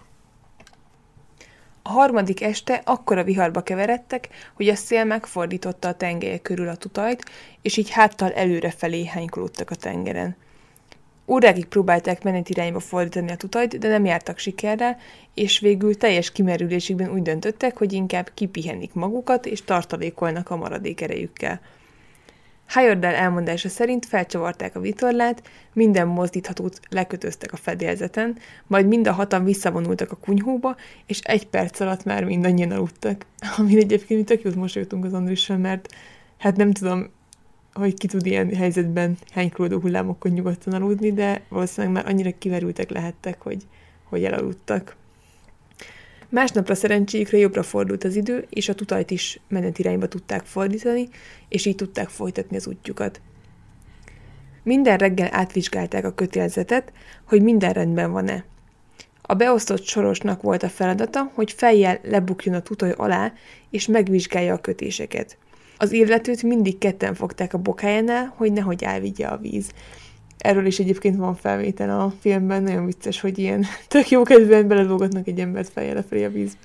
S8: A harmadik este akkora viharba keveredtek, hogy a szél megfordította a tengelyek körül a tutajt, és így háttal előrefelé hánykolódtak a tengeren. Órákig próbálták menetirányba fordítani a tutajt, de nem jártak sikerrel, és végül teljes kimerülésükben úgy döntöttek, hogy inkább kipihenik magukat, és tartalékolnak a maradék erejükkel. Heyerdahl elmondása szerint felcsavarták a vitorlát, minden mozdíthatót lekötöztek a fedélzeten, majd mind a hatan visszavonultak a kunyhóba, és egy perc alatt már mindannyian aludtak. Amin egyébként mi tök jót mosolyogtunk az Andrissal, mert hát nem tudom, hogy ki tud ilyen helyzetben hánykolódó hullámokon nyugodtan aludni, de valószínűleg már annyira kiverültek lehettek, hogy, hogy elaludtak. Másnapra szerencséjükre jobbra fordult az idő, és a tutajt is menetirányba tudták fordítani, és így tudták folytatni az útjukat. Minden reggel átvizsgálták a kötélzetet, hogy minden rendben van-e. A beosztott sorosnak volt a feladata, hogy fejjel lebukjon a tutaj alá, és megvizsgálja a kötéseket. Az illetőt mindig ketten fogták a bokájánál, hogy nehogy elvigye a víz. Erről is egyébként van felvétel a filmben, nagyon vicces, hogy ilyen tök jó kedven belelógatnak egy embert fejjel lefelé a vízbe.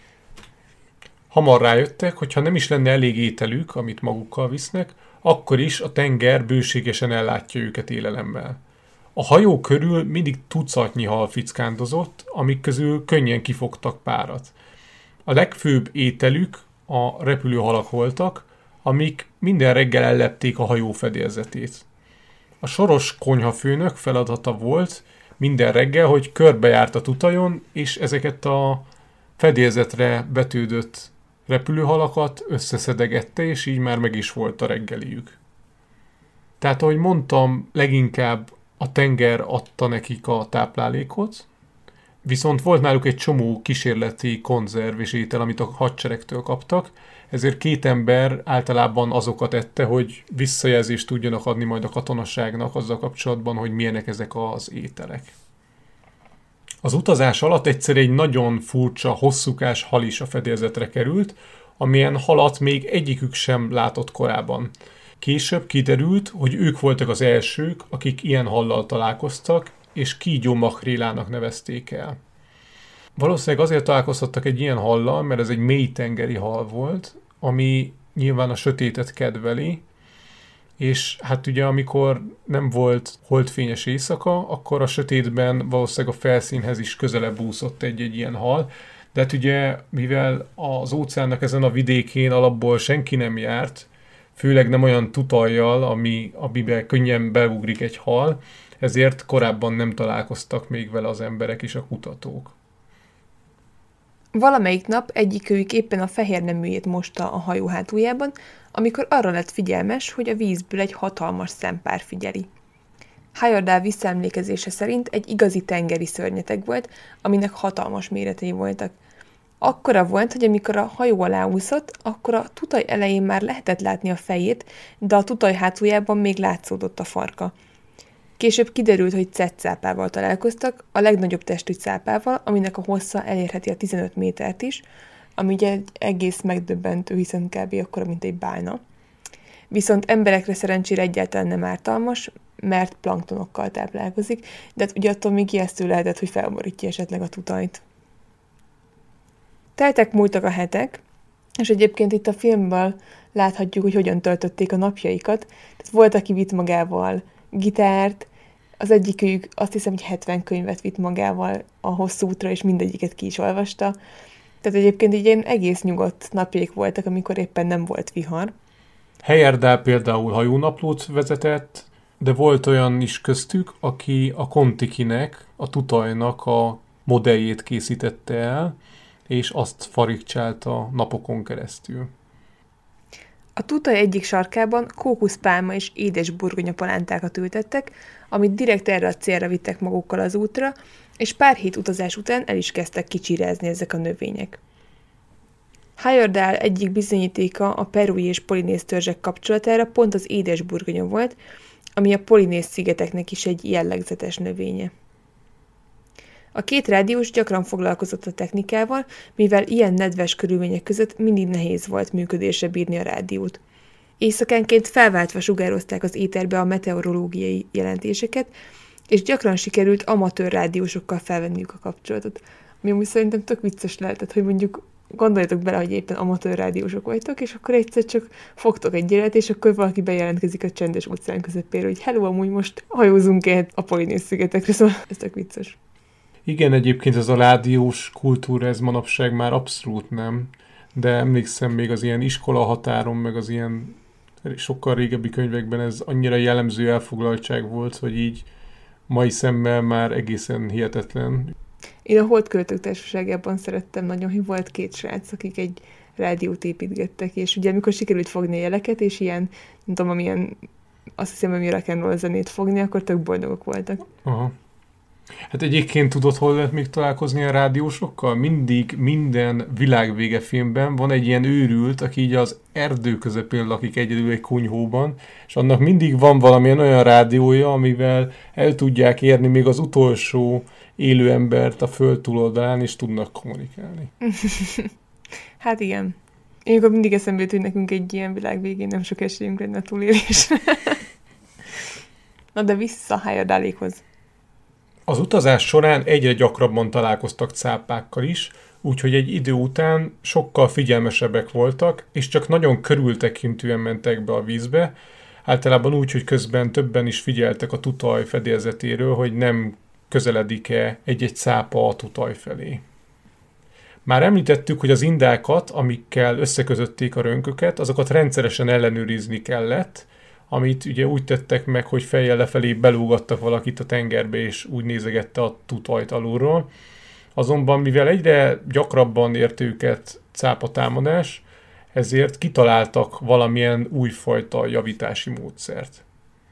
S7: Hamar rájöttek, hogy ha nem is lenne elég ételük, amit magukkal visznek, akkor is a tenger bőségesen ellátja őket élelemmel. A hajó körül mindig tucatnyi hal fickándozott, amik közül könnyen kifogtak párat. A legfőbb ételük a repülőhalak voltak, amik minden reggel ellepték a hajó fedélzetét. A soros konyhafőnök feladata volt minden reggel, hogy körbejárt a tutajon, és ezeket a fedélzetre betődött repülőhalakat összeszedegette, és így már meg is volt a reggeliük. Tehát, ahogy mondtam, leginkább a tenger adta nekik a táplálékot, viszont volt náluk egy csomó kísérleti konzerv és étel, amit a hadseregtől kaptak, ezért két ember általában azokat ette, hogy visszajelzést tudjanak adni majd a katonasságnak azzal kapcsolatban, hogy milyenek ezek az ételek. Az utazás alatt egyszer egy nagyon furcsa, hosszúkás hal is a fedélzetre került, amilyen halat még egyikük sem látott korábban. Később kiderült, hogy ők voltak az elsők, akik ilyen hallal találkoztak, és kígyómakrélának nevezték el. Valószínűleg azért találkoztattak egy ilyen hallal, mert ez egy mélytengeri hal volt, ami nyilván a sötétet kedveli, és hát ugye amikor nem volt holdfényes éjszaka, akkor a sötétben valószínűleg a felszínhez is közelebb úszott egy-egy ilyen hal, de hát ugye mivel az óceánnak ezen a vidékén alapból senki nem járt, főleg nem olyan tutajjal, ami, amiben könnyen beugrik egy hal, ezért korábban nem találkoztak még vele az emberek és a kutatók.
S8: Valamelyik nap egyikőjük éppen a fehér neműjét mosta a hajó hátuljában, amikor arra lett figyelmes, hogy a vízből egy hatalmas szempár figyeli. Heyerdahl visszaemlékezése szerint egy igazi tengeri szörnyeteg volt, aminek hatalmas méretei voltak. Akkora volt, hogy amikor a hajó alá úszott, akkor a tutaj elején már lehetett látni a fejét, de a tutaj hátuljában még látszódott a farka. Később kiderült, hogy cetszápával találkoztak, a legnagyobb testű cápával, aminek a hossza elérheti a tizenöt métert is, ami ugye egész megdöbbentő, hiszen kb. Akkora, mint egy bálna. Viszont emberekre szerencsére egyáltalán nem ártalmas, mert planktonokkal táplálkozik, de hát ugye attól még ijesztő lehetett, hogy felborítja esetleg a tutajt. Teltek múltak a hetek, és egyébként itt a filmből láthatjuk, hogy hogyan töltötték a napjaikat. Tehát volt, aki vitt magával gitárt, az egyikük azt hiszem, hogy hetven könyvet vitt magával a hosszú útra, és mindegyiket ki is olvasta. Tehát egyébként így ilyen egész nyugodt napjaik voltak, amikor éppen nem volt vihar.
S7: Heyerdahl például hajónaplót vezetett, de volt olyan is köztük, aki a Kon-Tikinek, a Tutajnak a modelljét készítette el, és azt farigcsálta napokon keresztül.
S8: A Tutaj egyik sarkában kókuszpálma és édes burgonyapalántákat ültettek, amit direkt erre a célra vittek magukkal az útra, és pár hét utazás után el is kezdtek kicsirázni ezek a növények. Heyerdahl egyik bizonyítéka a perui és polinéz törzsek kapcsolatára pont az édes burgonya volt, ami a polinéz szigeteknek is egy jellegzetes növénye. A két rádiós gyakran foglalkozott a technikával, mivel ilyen nedves körülmények között mindig nehéz volt működésre bírni a rádiót. Éjszakánként felváltva sugározták az éterbe a meteorológiai jelentéseket, és gyakran sikerült amatőr rádiósokkal felvenniük a kapcsolatot. Ami úgy szerintem tök vicces lehetett, hogy mondjuk gondoljatok bele, hogy éppen amatőr rádiósok vagytok, és akkor egyszer csak fogtok egy jelet, és akkor valaki bejelentkezik a csendes óceán közepére, hogy hello, amúgy most hajózunk el a Polinéz szigetekre, szóval ez tök vicces.
S7: Igen, egyébként ez a rádiós kultúra, ez manapság már abszolút nem, de emlékszem még az ilyen iskola határon, meg az ilyen sokkal régebbi könyvekben ez annyira jellemző elfoglaltság volt, hogy így mai szemmel már egészen hihetetlen.
S8: Én a Holdköltők Társaságában szerettem nagyon, hogy volt két srác, akik egy rádiót építgettek, és ugye amikor sikerült fogni a jeleket, és ilyen, nem tudom, amilyen, azt hiszem, hogy rock and roll zenét fogni, akkor tök boldogok voltak.
S7: Aha. Hát egyébként tudod, hol lehet még találkozni a rádiósokkal? Mindig minden világvége filmben van egy ilyen őrült, aki így az erdő közepén lakik egyedül egy kunyhóban, és annak mindig van valamilyen olyan rádiója, amivel el tudják érni még az utolsó élő embert a föld túloldalán, és tudnak kommunikálni.
S8: Hát igen. Én akkor mindig eszembe jut, hogy nekünk egy ilyen világ végén nem sok esélyünk lenne a túlélésre. Na de vissza Heyerdahlékhoz.
S7: Az utazás során egyre gyakrabban találkoztak cápákkal is, úgyhogy egy idő után sokkal figyelmesebbek voltak, és csak nagyon körültekintően mentek be a vízbe, általában úgy, hogy közben többen is figyeltek a tutaj fedélzetéről, hogy nem közeledik-e egy-egy cápa a tutaj felé. Már említettük, hogy az indákat, amikkel összeközötték a rönköket, azokat rendszeresen ellenőrizni kellett, amit ugye úgy tettek meg, hogy fejjel lefelé belúgattak valakit a tengerbe, és úgy nézegette a tutajt alulról. Azonban, mivel egyre gyakrabban érte őket cápatámadás, ezért kitaláltak valamilyen újfajta javítási módszert.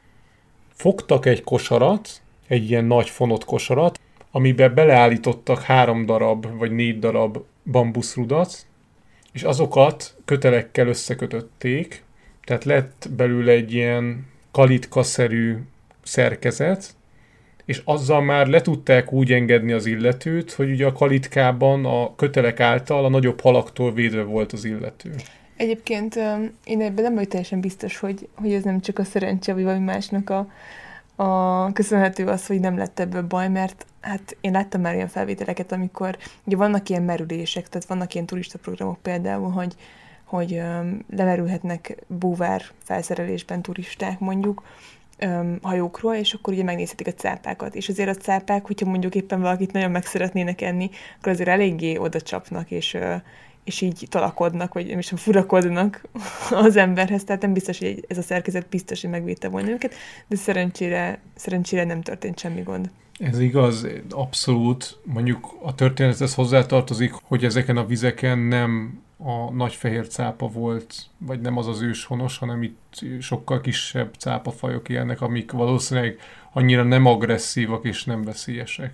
S7: Fogtak egy kosarat, egy ilyen nagy fonott kosarat, amiben beleállítottak három darab vagy négy darab bambuszrudat, és azokat kötelekkel összekötötték, tehát lett belőle egy ilyen kalitka-szerű szerkezet, és azzal már le tudták úgy engedni az illetőt, hogy ugye a kalitkában a kötelek által a nagyobb halaktól védve volt az illető.
S8: Egyébként én ebben nem vagyok teljesen biztos, hogy, hogy ez nem csak a szerencse, vagy valami másnak a, a köszönhető az, hogy nem lett ebből baj, mert hát én láttam már olyan felvételeket, amikor ugye vannak ilyen merülések, tehát vannak ilyen turistaprogramok például, hogy hogy öm, lemerülhetnek búvár felszerelésben turisták mondjuk öm, hajókról, és akkor ugye megnézhetik a cápákat. És azért a cápák, hogyha mondjuk éppen valakit nagyon meg szeretnének enni, akkor azért eléggé oda csapnak, és, ö, és így talakodnak, vagy nem is furakodnak az emberhez. Tehát nem biztos, hogy ez a szerkezet biztos, hogy megvédte volna őket, de szerencsére, szerencsére nem történt semmi gond.
S7: Ez igaz, abszolút. Mondjuk a történethez hozzátartozik, hogy ezeken a vizeken nem a nagy fehér cápa volt, vagy nem az az őshonos, hanem itt sokkal kisebb cápafajok élnek, amik valószínűleg annyira nem agresszívak és nem veszélyesek.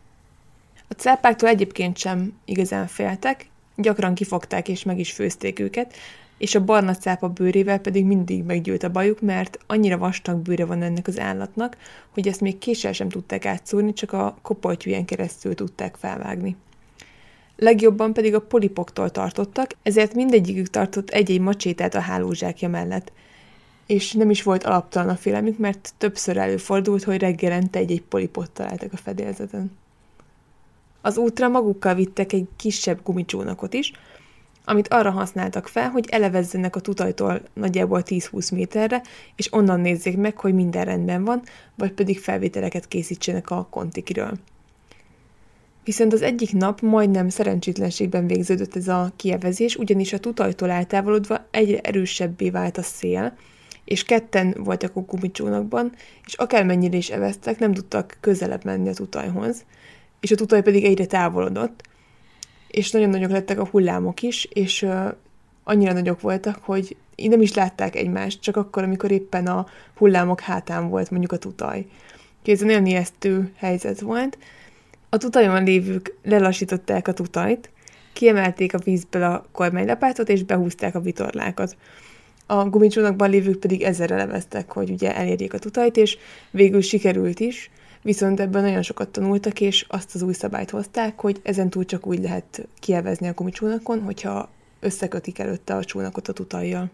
S8: A cápáktól egyébként sem igazán féltek, gyakran kifogták és meg is főzték őket, és a barna cápa bőrével pedig mindig meggyűlt a bajuk, mert annyira vastag bőre van ennek az állatnak, hogy ezt még késsel sem tudták átszúrni, csak a kopoltyűjen keresztül tudták felvágni. Legjobban pedig a polipoktól tartottak, ezért mindegyikük tartott egy-egy macsétát a hálózsákja mellett. És nem is volt alaptalan a félelmük, mert többször előfordult, hogy reggelente egy-egy polipot találtak a fedélzeten. Az útra magukkal vittek egy kisebb gumicsónakot is, amit arra használtak fel, hogy elevezzenek a tutajtól nagyjából tíz-húsz méterre, és onnan nézzék meg, hogy minden rendben van, vagy pedig felvételeket készítsenek a Kon-Tikiről. Viszont az egyik nap majdnem szerencsétlenségben végződött ez a kievezés, ugyanis a tutajtól eltávolodva egyre erősebbé vált a szél, és ketten voltak a gumicsónakban, és akármennyire is eveztek, nem tudtak közelebb menni a tutajhoz, és a tutaj pedig egyre távolodott, és nagyon nagyok lettek a hullámok is, és uh, annyira nagyok voltak, hogy így nem is látták egymást, csak akkor, amikor éppen a hullámok hátán volt mondjuk a tutaj. Ez nagyon ijesztő helyzet volt. A tutajon lévők lelassították a tutajt, kiemelték a vízből a kormánylapátot, és behúzták a vitorlákat. A gumicsónakban lévők pedig ezzel eleveztek, hogy ugye elérjék a tutajt, és végül sikerült is, viszont ebben nagyon sokat tanultak, és azt az új szabályt hozták, hogy ezentúl csak úgy lehet kievezni a gumicsónakon, hogyha összekötik előtte a csónakot a tutajjal.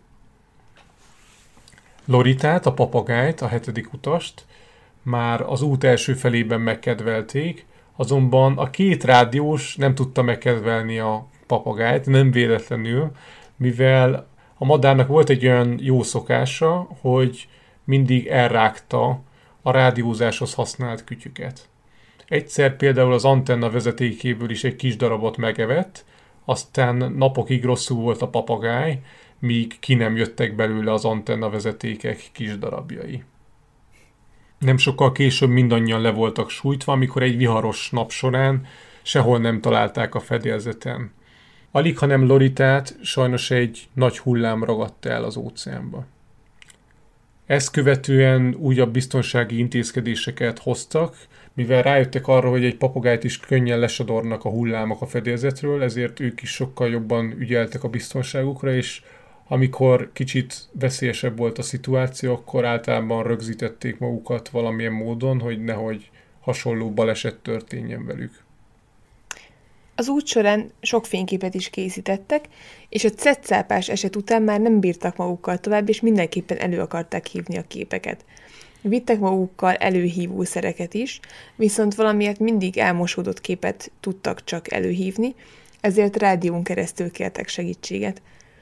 S7: Loritát, a papagájt, a hetedik utast már az út első felében megkedvelték, azonban a két rádiós nem tudta megkedvelni a papagájt, nem véletlenül, mivel a madárnak volt egy olyan jó szokása, hogy mindig elrágta a rádiózáshoz használt kütyüket. Egyszer például az antenna vezetékéből is egy kis darabot megevett, aztán napokig rosszul volt a papagáj, míg ki nem jöttek belőle az antenna vezetékek kis darabjai. Nem sokkal később mindannyian le voltak sújtva, amikor egy viharos nap során sehol nem találták a fedélzeten. Alig, hanem Loritát sajnos egy nagy hullám ragadta el az óceánba. Ezt követően újabb biztonsági intézkedéseket hoztak, mivel rájöttek arra, hogy egy papagájt is könnyen lesodornak a hullámok a fedélzetről, ezért ők is sokkal jobban ügyeltek a biztonságukra, és amikor kicsit veszélyesebb volt a szituáció, akkor általában rögzítették magukat valamilyen módon, hogy nehogy hasonló baleset történjen velük.
S8: Az út során sok fényképet is készítettek, és a cetszápás eset után már nem bírtak magukkal tovább, és mindenképpen elő akarták hívni a képeket. Vittek magukkal előhívó szereket is, viszont valamiért mindig elmosódott képet tudtak csak előhívni, ezért rádión keresztül kértek segítséget.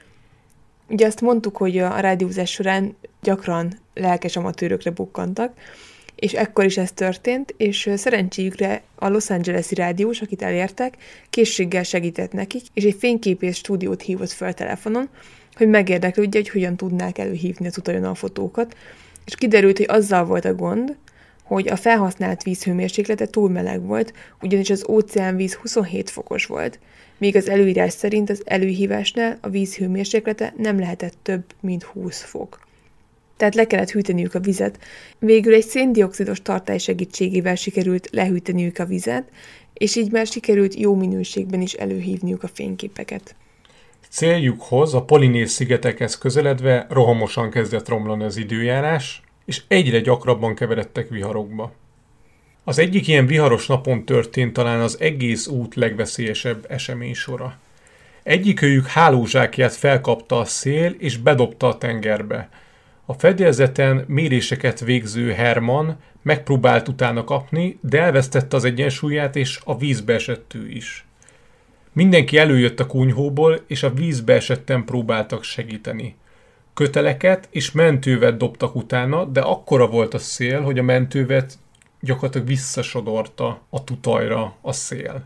S8: Ugye azt mondtuk, hogy a rádiózás során gyakran lelkes amatőrökre bukkantak, és ekkor is ez történt, és szerencséjükre a Los Angeles-i rádiós, akit elértek, készséggel segített nekik, és egy fényképész stúdiót hívott fel telefonon, hogy megérdeklődje, hogy hogyan tudnák előhívni a tutajon a fotókat, és kiderült, hogy azzal volt a gond, hogy a felhasznált víz hőmérséklete túl meleg volt, ugyanis az óceánvíz huszonhét fokos volt, míg az előírás szerint az előhívásnál a víz hőmérséklete nem lehetett több, mint húsz fok. Tehát le kellett hűteniük a vizet. Végül egy széndioxidos tartály segítségével sikerült lehűteniük a vizet, és így már sikerült jó minőségben is előhívniuk a fényképeket.
S7: Céljukhoz, a Polinéz-szigetekhez közeledve rohamosan kezdett romlani az időjárás, és egyre gyakrabban keveredtek viharokba. Az egyik ilyen viharos napon történt talán az egész út legveszélyesebb eseménysora. Egyikőjük hálózsákját felkapta a szél, és bedobta a tengerbe. A fedélzeten méréseket végző Herman megpróbált utána kapni, de elvesztette az egyensúlyát, és a vízbe esett ő is. Mindenki előjött a kunyhóból, és a vízbe esetten próbáltak segíteni. Köteleket és mentővet dobtak utána, de akkora volt a szél, hogy a mentővet gyakorlatilag visszasodorta a tutajra a szél.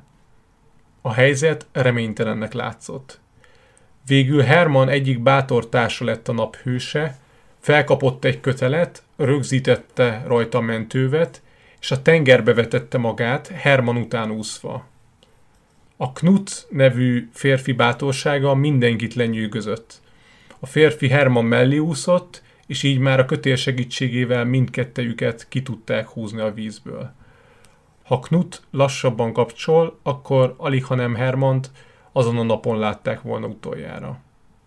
S7: A helyzet reménytelennek látszott. Végül Herman egyik bátor társa lett a nap hőse, felkapott egy kötelet, rögzítette rajta a mentővet, és a tengerbe vetette magát, Herman után úszva. A Knut nevű férfi bátorsága mindenkit lenyűgözött. A férfi Herman mellé úszott, és így már a kötél segítségével mindkettejüket ki tudták húzni a vízből. Ha Knut lassabban kapcsol, akkor alighanem Hermant azon a napon látták volna utoljára.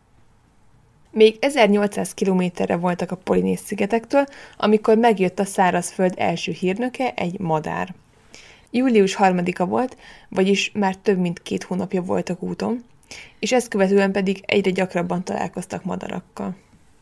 S8: Még ezernyolcszáz kilométerre voltak a Polinéz-szigetektől, amikor megjött a szárazföld első hírnöke, egy madár. Július harmadika volt, vagyis már több mint két hónapja voltak úton, és ezt követően pedig egyre gyakrabban találkoztak madarakkal.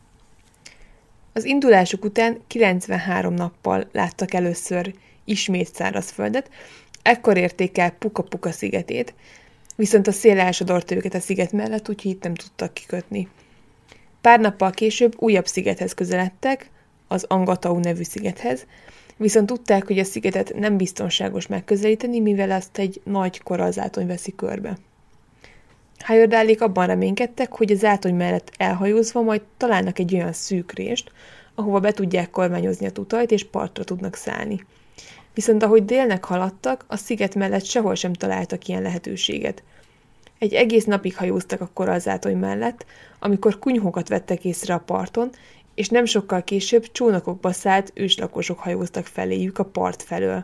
S8: Az indulásuk után kilencvenhárom nappal láttak először ismét szárazföldet, ekkor érték el Puka-Puka szigetét, viszont a szél elsodort őket a sziget mellett, úgyhogy itt nem tudtak kikötni. Pár nappal később újabb szigethez közeledtek, az Angatau nevű szigethez, viszont tudták, hogy a szigetet nem biztonságos megközelíteni, mivel azt egy nagy korallzátony veszi körbe. Heyerdahlék abban reménykedtek, hogy a zátony mellett elhajózva majd találnak egy olyan szűk rést, ahova be tudják kormányozni a tutajt, és partra tudnak szállni. Viszont ahogy délnek haladtak, a sziget mellett sehol sem találtak ilyen lehetőséget. Egy egész napig hajóztak akkor a zátony mellett, amikor kunyhókat vettek észre a parton, és nem sokkal később csónakokba szállt őslakosok hajóztak feléjük a part felől.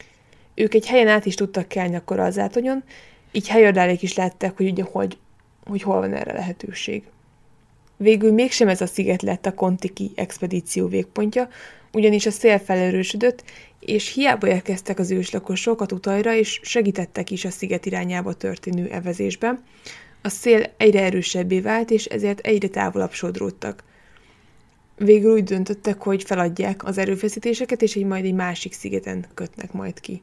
S8: Ők egy helyen át is tudtak kelni akkor a zátonyon, így Heyerdahlék is látták, hogy ugye hogy, hogy hol van erre lehetőség. Végül mégsem ez a sziget lett a Kon-Tiki expedíció végpontja, ugyanis a szél felerősödött, és hiába érkeztek az őslakosok a tutajra, és segítettek is a sziget irányába történő evezésben, a szél egyre erősebbé vált, és ezért egyre távolabb sodródtak. Végül úgy döntöttek, hogy feladják az erőfeszítéseket, és egy majd egy másik szigeten kötnek majd ki.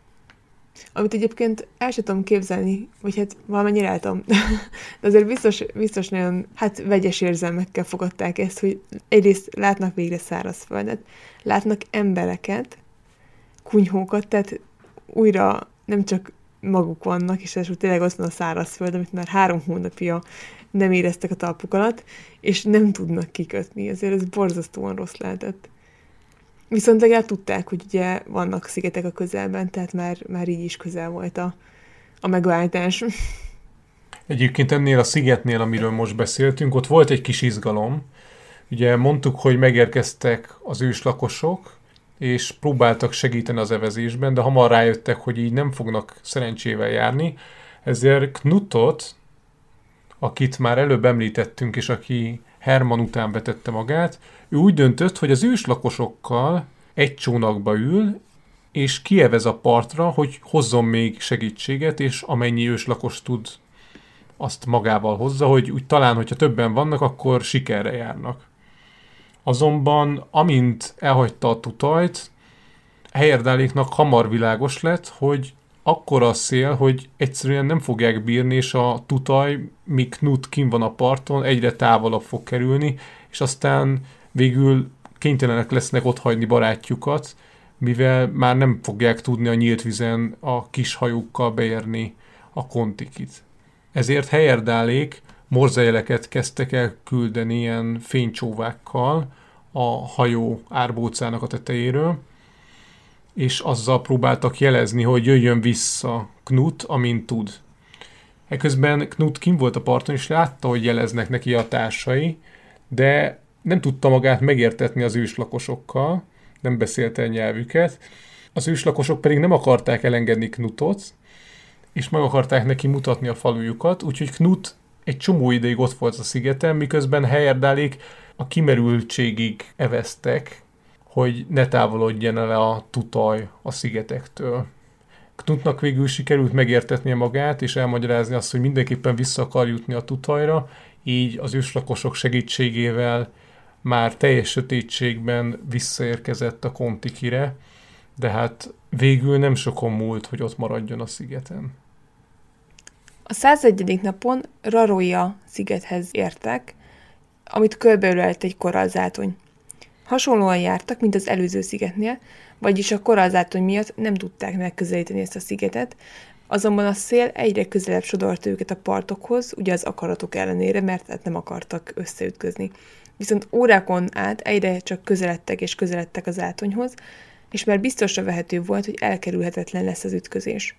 S8: Amit egyébként el sem tudom képzelni, vagy hát valamennyire el tudom, de azért biztos, biztos nagyon hát vegyes érzelmekkel fogadták ezt, hogy egyrészt látnak végre szárazföldet, látnak embereket, kunyhókat, tehát újra nem csak maguk vannak, és első tényleg ott van a szárazföld, amit már három hónapja nem éreztek a talpuk alatt, és nem tudnak kikötni, ezért ez borzasztóan rossz lehetett. Viszont legalább tudták, hogy ugye vannak szigetek a közelben, tehát már, már így is közel volt a, a megváltás.
S7: Egyébként ennél a szigetnél, amiről most beszéltünk, ott volt egy kis izgalom. Ugye mondtuk, hogy megérkeztek az őslakosok, és próbáltak segíteni az evezésben, de hamar rájöttek, hogy így nem fognak szerencsével járni, ezért Knutot, akit már előbb említettünk, és aki Hermann után vetette magát, ő úgy döntött, hogy az őslakosokkal egy csónakba ül, és kievez a partra, hogy hozzon még segítséget, és amennyi őslakos tud, azt magával hozza, hogy úgy talán, hogyha többen vannak, akkor sikerre járnak. Azonban, amint elhagyta a tutajt, Heyerdahléknak hamar világos lett, hogy akkora a szél, hogy egyszerűen nem fogják bírni, és a tutaj, míg Knut kinn van a parton, egyre távolabb fog kerülni, és aztán végül kénytelenek lesznek otthagyni barátjukat, mivel már nem fogják tudni a nyílt vizen a kis hajókkal beérni a Kon-Tikit. Ezért Heyerdahlék morzejeleket kezdtek el küldeni ilyen fénycsóvákkal a hajó árbócának a tetejéről, és azzal próbáltak jelezni, hogy jöjjön vissza Knut, amint tud. Eközben Knut kint volt a parton, és látta, hogy jeleznek neki a társai, de nem tudta magát megértetni az őslakosokkal, nem beszélte a nyelvüket. Az őslakosok pedig nem akarták elengedni Knutot, és meg akarták neki mutatni a falujukat, úgyhogy Knut egy csomó ideig ott volt a szigeten, miközben Heyerdahlék a kimerültségig eveztek, hogy ne távolodjon el a tutaj a szigetektől. Knutnak végül sikerült megértetnie magát, és elmagyarázni azt, hogy mindenképpen vissza akar jutni a tutajra, így az őslakosok segítségével már teljes sötétségben visszaérkezett a Kon-Tikire, de hát végül nem sokon múlt, hogy ott maradjon a szigeten.
S8: A százegyedik napon Raroja szigethez értek, amit körbeölelt egy korallzátony. Hasonlóan jártak, mint az előző szigetnél, vagyis a korallzátony miatt nem tudták megközelíteni ezt a szigetet, azonban a szél egyre közelebb sodort őket a partokhoz, ugye az akaratok ellenére, mert hát nem akartak összeütközni. Viszont órákon át egyre csak közeledtek és közeledtek az zátonyhoz, és már biztosra vehető volt, hogy elkerülhetetlen lesz az ütközés.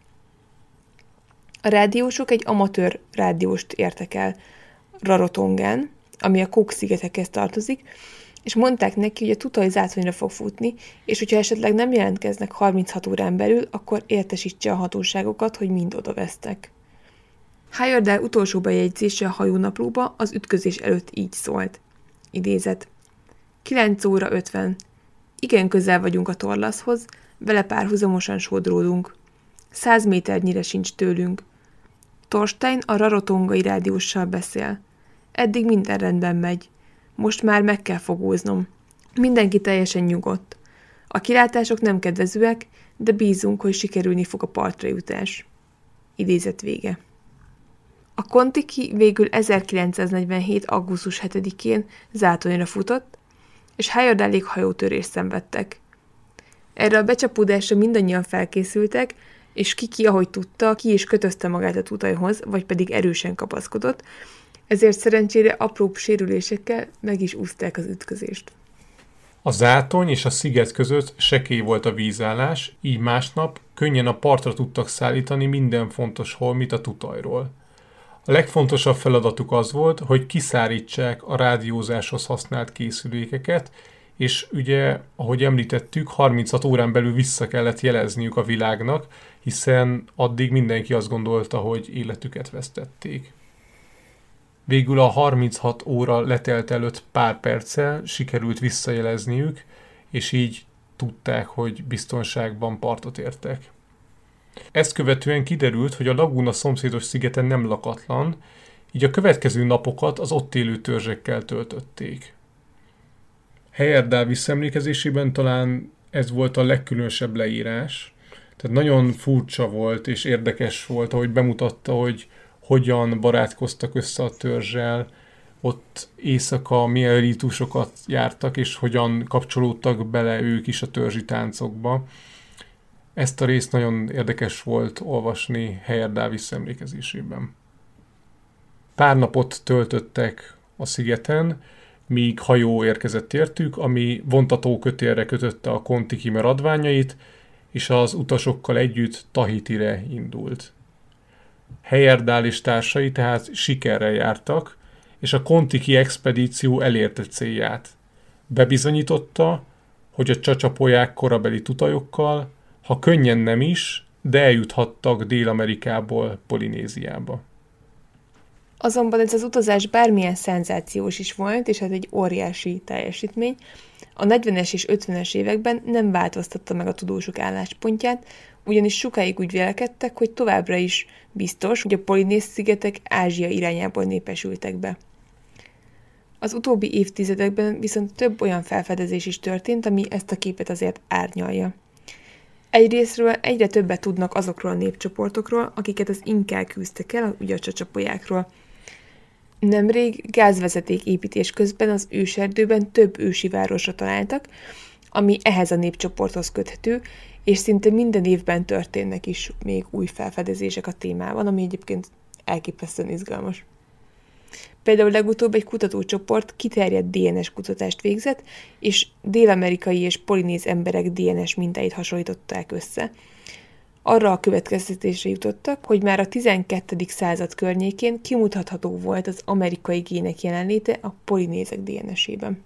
S8: A rádiósok egy amatőr rádióst értek el Rarotongán, ami a Cook-szigetekhez tartozik, és mondták neki, hogy a tutaj zátonyra fog futni, és hogyha esetleg nem jelentkeznek harminchat órán belül, akkor értesítse a hatóságokat, hogy mind odavesztek. Heyerdahl utolsó bejegyzése a hajónaplóba az ütközés előtt így szólt. Idézet. kilenc óra ötven. Igen közel vagyunk a torlaszhoz, vele párhuzamosan sodródunk. Száz méternyire sincs tőlünk. Thorstein a rarotongai rádióssal beszél. Eddig minden rendben megy. Most már meg kell fogóznom. Mindenki teljesen nyugodt. A kilátások nem kedvezőek, de bízunk, hogy sikerülni fog a partra jutás. Idézet vége. A Kon-Tiki végül ezerkilencszáznegyvenhét. augusztus hetedikén zátonyra futott, és Heyerdahlék hajótörést szenvedtek. Erre a becsapódásra mindannyian felkészültek, és ki-ki, ahogy tudta, ki is kötözte magát a tutajhoz, vagy pedig erősen kapaszkodott, ezért szerencsére apróbb sérülésekkel meg is úszták az ütközést.
S7: A zátony és a sziget között sekély volt a vízállás, így másnap könnyen a partra tudtak szállítani minden fontos holmit a tutajról. A legfontosabb feladatuk az volt, hogy kiszárítsák a rádiózáshoz használt készülékeket, és ugye, ahogy említettük, harminchat órán belül vissza kellett jelezniük a világnak, hiszen addig mindenki azt gondolta, hogy életüket vesztették. Végül a harminchat óra letelt előtt pár perccel sikerült visszajelezniük, és így tudták, hogy biztonságban partot értek. Ezt követően kiderült, hogy a lagúna szomszédos szigeten nem lakatlan, így a következő napokat az ott élő törzsekkel töltötték. Heyerdahl visszaemlékezésében talán ez volt a legkülönösebb leírás, tehát nagyon furcsa volt és érdekes volt, ahogy bemutatta, hogy hogyan barátkoztak össze a törzsel, ott éjszaka milyen rítusokat jártak, és hogyan kapcsolódtak bele ők is a törzsi táncokba. Ezt a részt nagyon érdekes volt olvasni Heyerdahl visszaemlékezésében. Pár napot töltöttek a szigeten, míg hajó érkezett értük, ami vontatókötélre kötötte a Kon-Tiki maradványait, és az utasokkal együtt Tahitire indult. Heyerdahl és társai tehát sikerrel jártak, és a Kon-Tiki expedíció elérte célját. Bebizonyította, hogy a csacsapolyák korabeli tutajokkal, ha könnyen nem is, de eljuthattak Dél-Amerikából Polinéziába.
S8: Azonban ez az utazás bármilyen szenzációs is volt, és ez egy óriási teljesítmény, a negyvenes és ötvenes években nem változtatta meg a tudósok álláspontját, ugyanis sokáig úgy vélekedtek, hogy továbbra is biztos, hogy a Polinéz szigetek Ázsia irányából népesültek be. Az utóbbi évtizedekben viszont több olyan felfedezés is történt, ami ezt a képet azért árnyalja. Egyrészről egyre többet tudnak azokról a népcsoportokról, akiket az inkák űztek el, ugye a csacsapolyákról. Nemrég gázvezeték építés közben az őserdőben több ősi városra találtak, ami ehhez a népcsoporthoz köthető, és szinte minden évben történnek is még új felfedezések a témában, ami egyébként elképesztően izgalmas. Például legutóbb egy kutatócsoport kiterjedt dé en es kutatást végzett, és dél-amerikai és polinéz emberek dé en es mintáit hasonlították össze. Arra a következtetésre jutottak, hogy már a tizenkettedik század környékén kimutatható volt az amerikai gének jelenléte a polinézek dé en esében.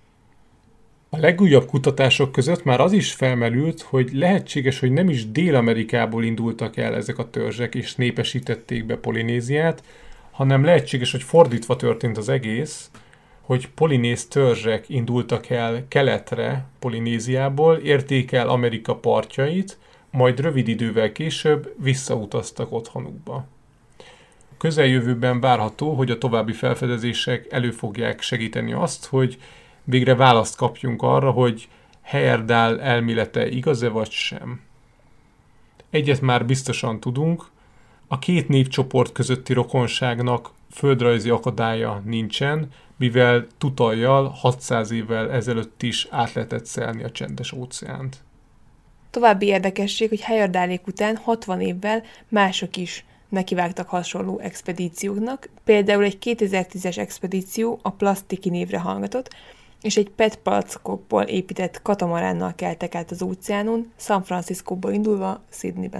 S7: A legújabb kutatások között már az is felmerült, hogy lehetséges, hogy nem is Dél-Amerikából indultak el ezek a törzsek és népesítették be Polinéziát, hanem lehetséges, hogy fordítva történt az egész, hogy polinéz törzsek indultak el keletre Polinéziából, érték el Amerika partjait, majd rövid idővel később visszautaztak otthonukba. Közeljövőben várható, hogy a további felfedezések elő fogják segíteni azt, hogy végre választ kapjunk arra, hogy Heyerdahl elmélete igaz-e vagy sem. Egyet már biztosan tudunk, a két népcsoport közötti rokonságnak földrajzi akadálya nincsen, mivel tutajjal hatszáz évvel ezelőtt is át lehetett szelni a Csendes óceánt.
S8: További érdekesség, hogy Heyerdahlék után hatvan évvel mások is nekivágtak hasonló expedícióknak, például egy kétezer-tízes expedíció a Plasztiki névre hallgatott, és egy pé é té palackokból épített katamaránnal keltek át az óceánon, San Franciscóból indulva Sydneybe.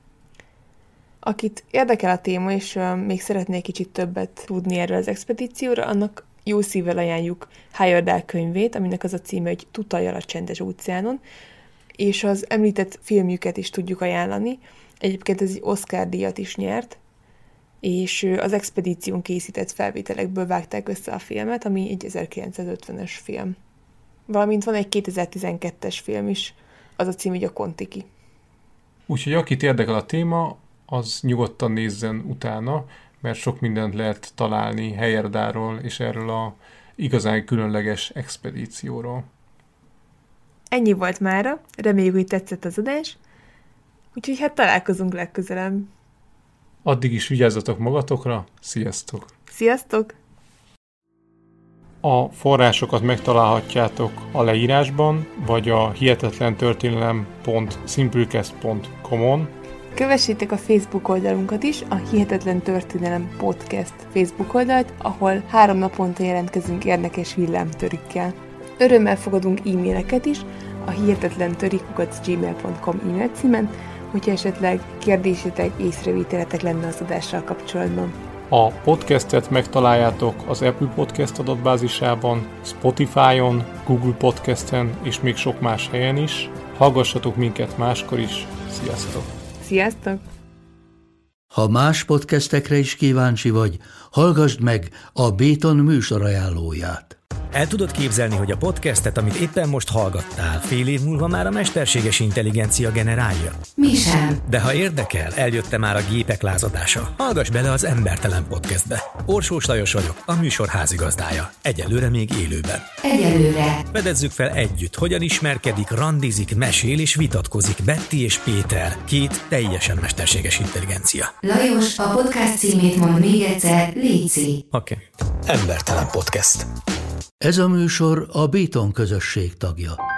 S8: Akit érdekel a téma, és uh, még szeretné kicsit többet tudni erről az expedícióra, annak jó szívvel ajánljuk Heyerdahl könyvét, aminek az a címe, hogy Tutajjal a Csendes óceánon, és az említett filmjüket is tudjuk ajánlani. Egyébként ez egy Oscar-díjat is nyert, és az expedíción készített felvételekből vágták össze a filmet, ami egy ezerkilencszázötvenes film. Valamint van egy kétezer-tizenkettes film is, az a cím, hogy a Kon-Tiki.
S7: Úgyhogy akit érdekel a téma, az nyugodtan nézzen utána, mert sok mindent lehet találni Heyerdahlról és erről a igazán különleges expedícióról.
S8: Ennyi volt mára, reméljük, hogy tetszett az adás, úgyhogy hát találkozunk legközelebb.
S7: Addig is vigyázzatok magatokra, sziasztok!
S8: Sziasztok!
S7: A forrásokat megtalálhatjátok a leírásban, vagy a hihetetlentörténelem pont simplecast pont com-on.
S8: Kövessétek a Facebook oldalunkat is, a Hihetetlen Történelem Podcast Facebook oldalt, ahol három naponta jelentkezünk érdekes villámtörikkel. Örömmel fogadunk e-maileket is a hihetetlentörik kukac gmail pont com e-mail címen, hogyha esetleg kérdésetek, észrevételetek lenne az adással kapcsolatban.
S7: A podcastet megtaláljátok az Apple Podcast adatbázisában, Spotify-on, Google Podcasten és még sok más helyen is. Hallgassatok minket máskor is. Sziasztok!
S8: Sziasztok!
S1: Ha más podcastekre is kíváncsi vagy, hallgassd meg a Béton műsor ajánlóját.
S5: El tudod képzelni, hogy a podcastet, amit éppen most hallgattál, fél év múlva már a mesterséges intelligencia generálja?
S9: Mi sem.
S5: De ha érdekel, eljött már a gépek lázadása. Hallgass bele az Embertelen Podcastbe. Orsós Lajos vagyok, a műsor házigazdája. Egyelőre még élőben.
S9: Egyelőre.
S5: Fedezzük fel együtt, hogyan ismerkedik, randizik, mesél és vitatkozik Betty és Péter, két teljesen mesterséges intelligencia.
S9: Lajos, a podcast címét mond még egyszer, léci.
S5: Oké. Okay. Embertelen Podcast.
S1: Ez a műsor a Béton közösség tagja.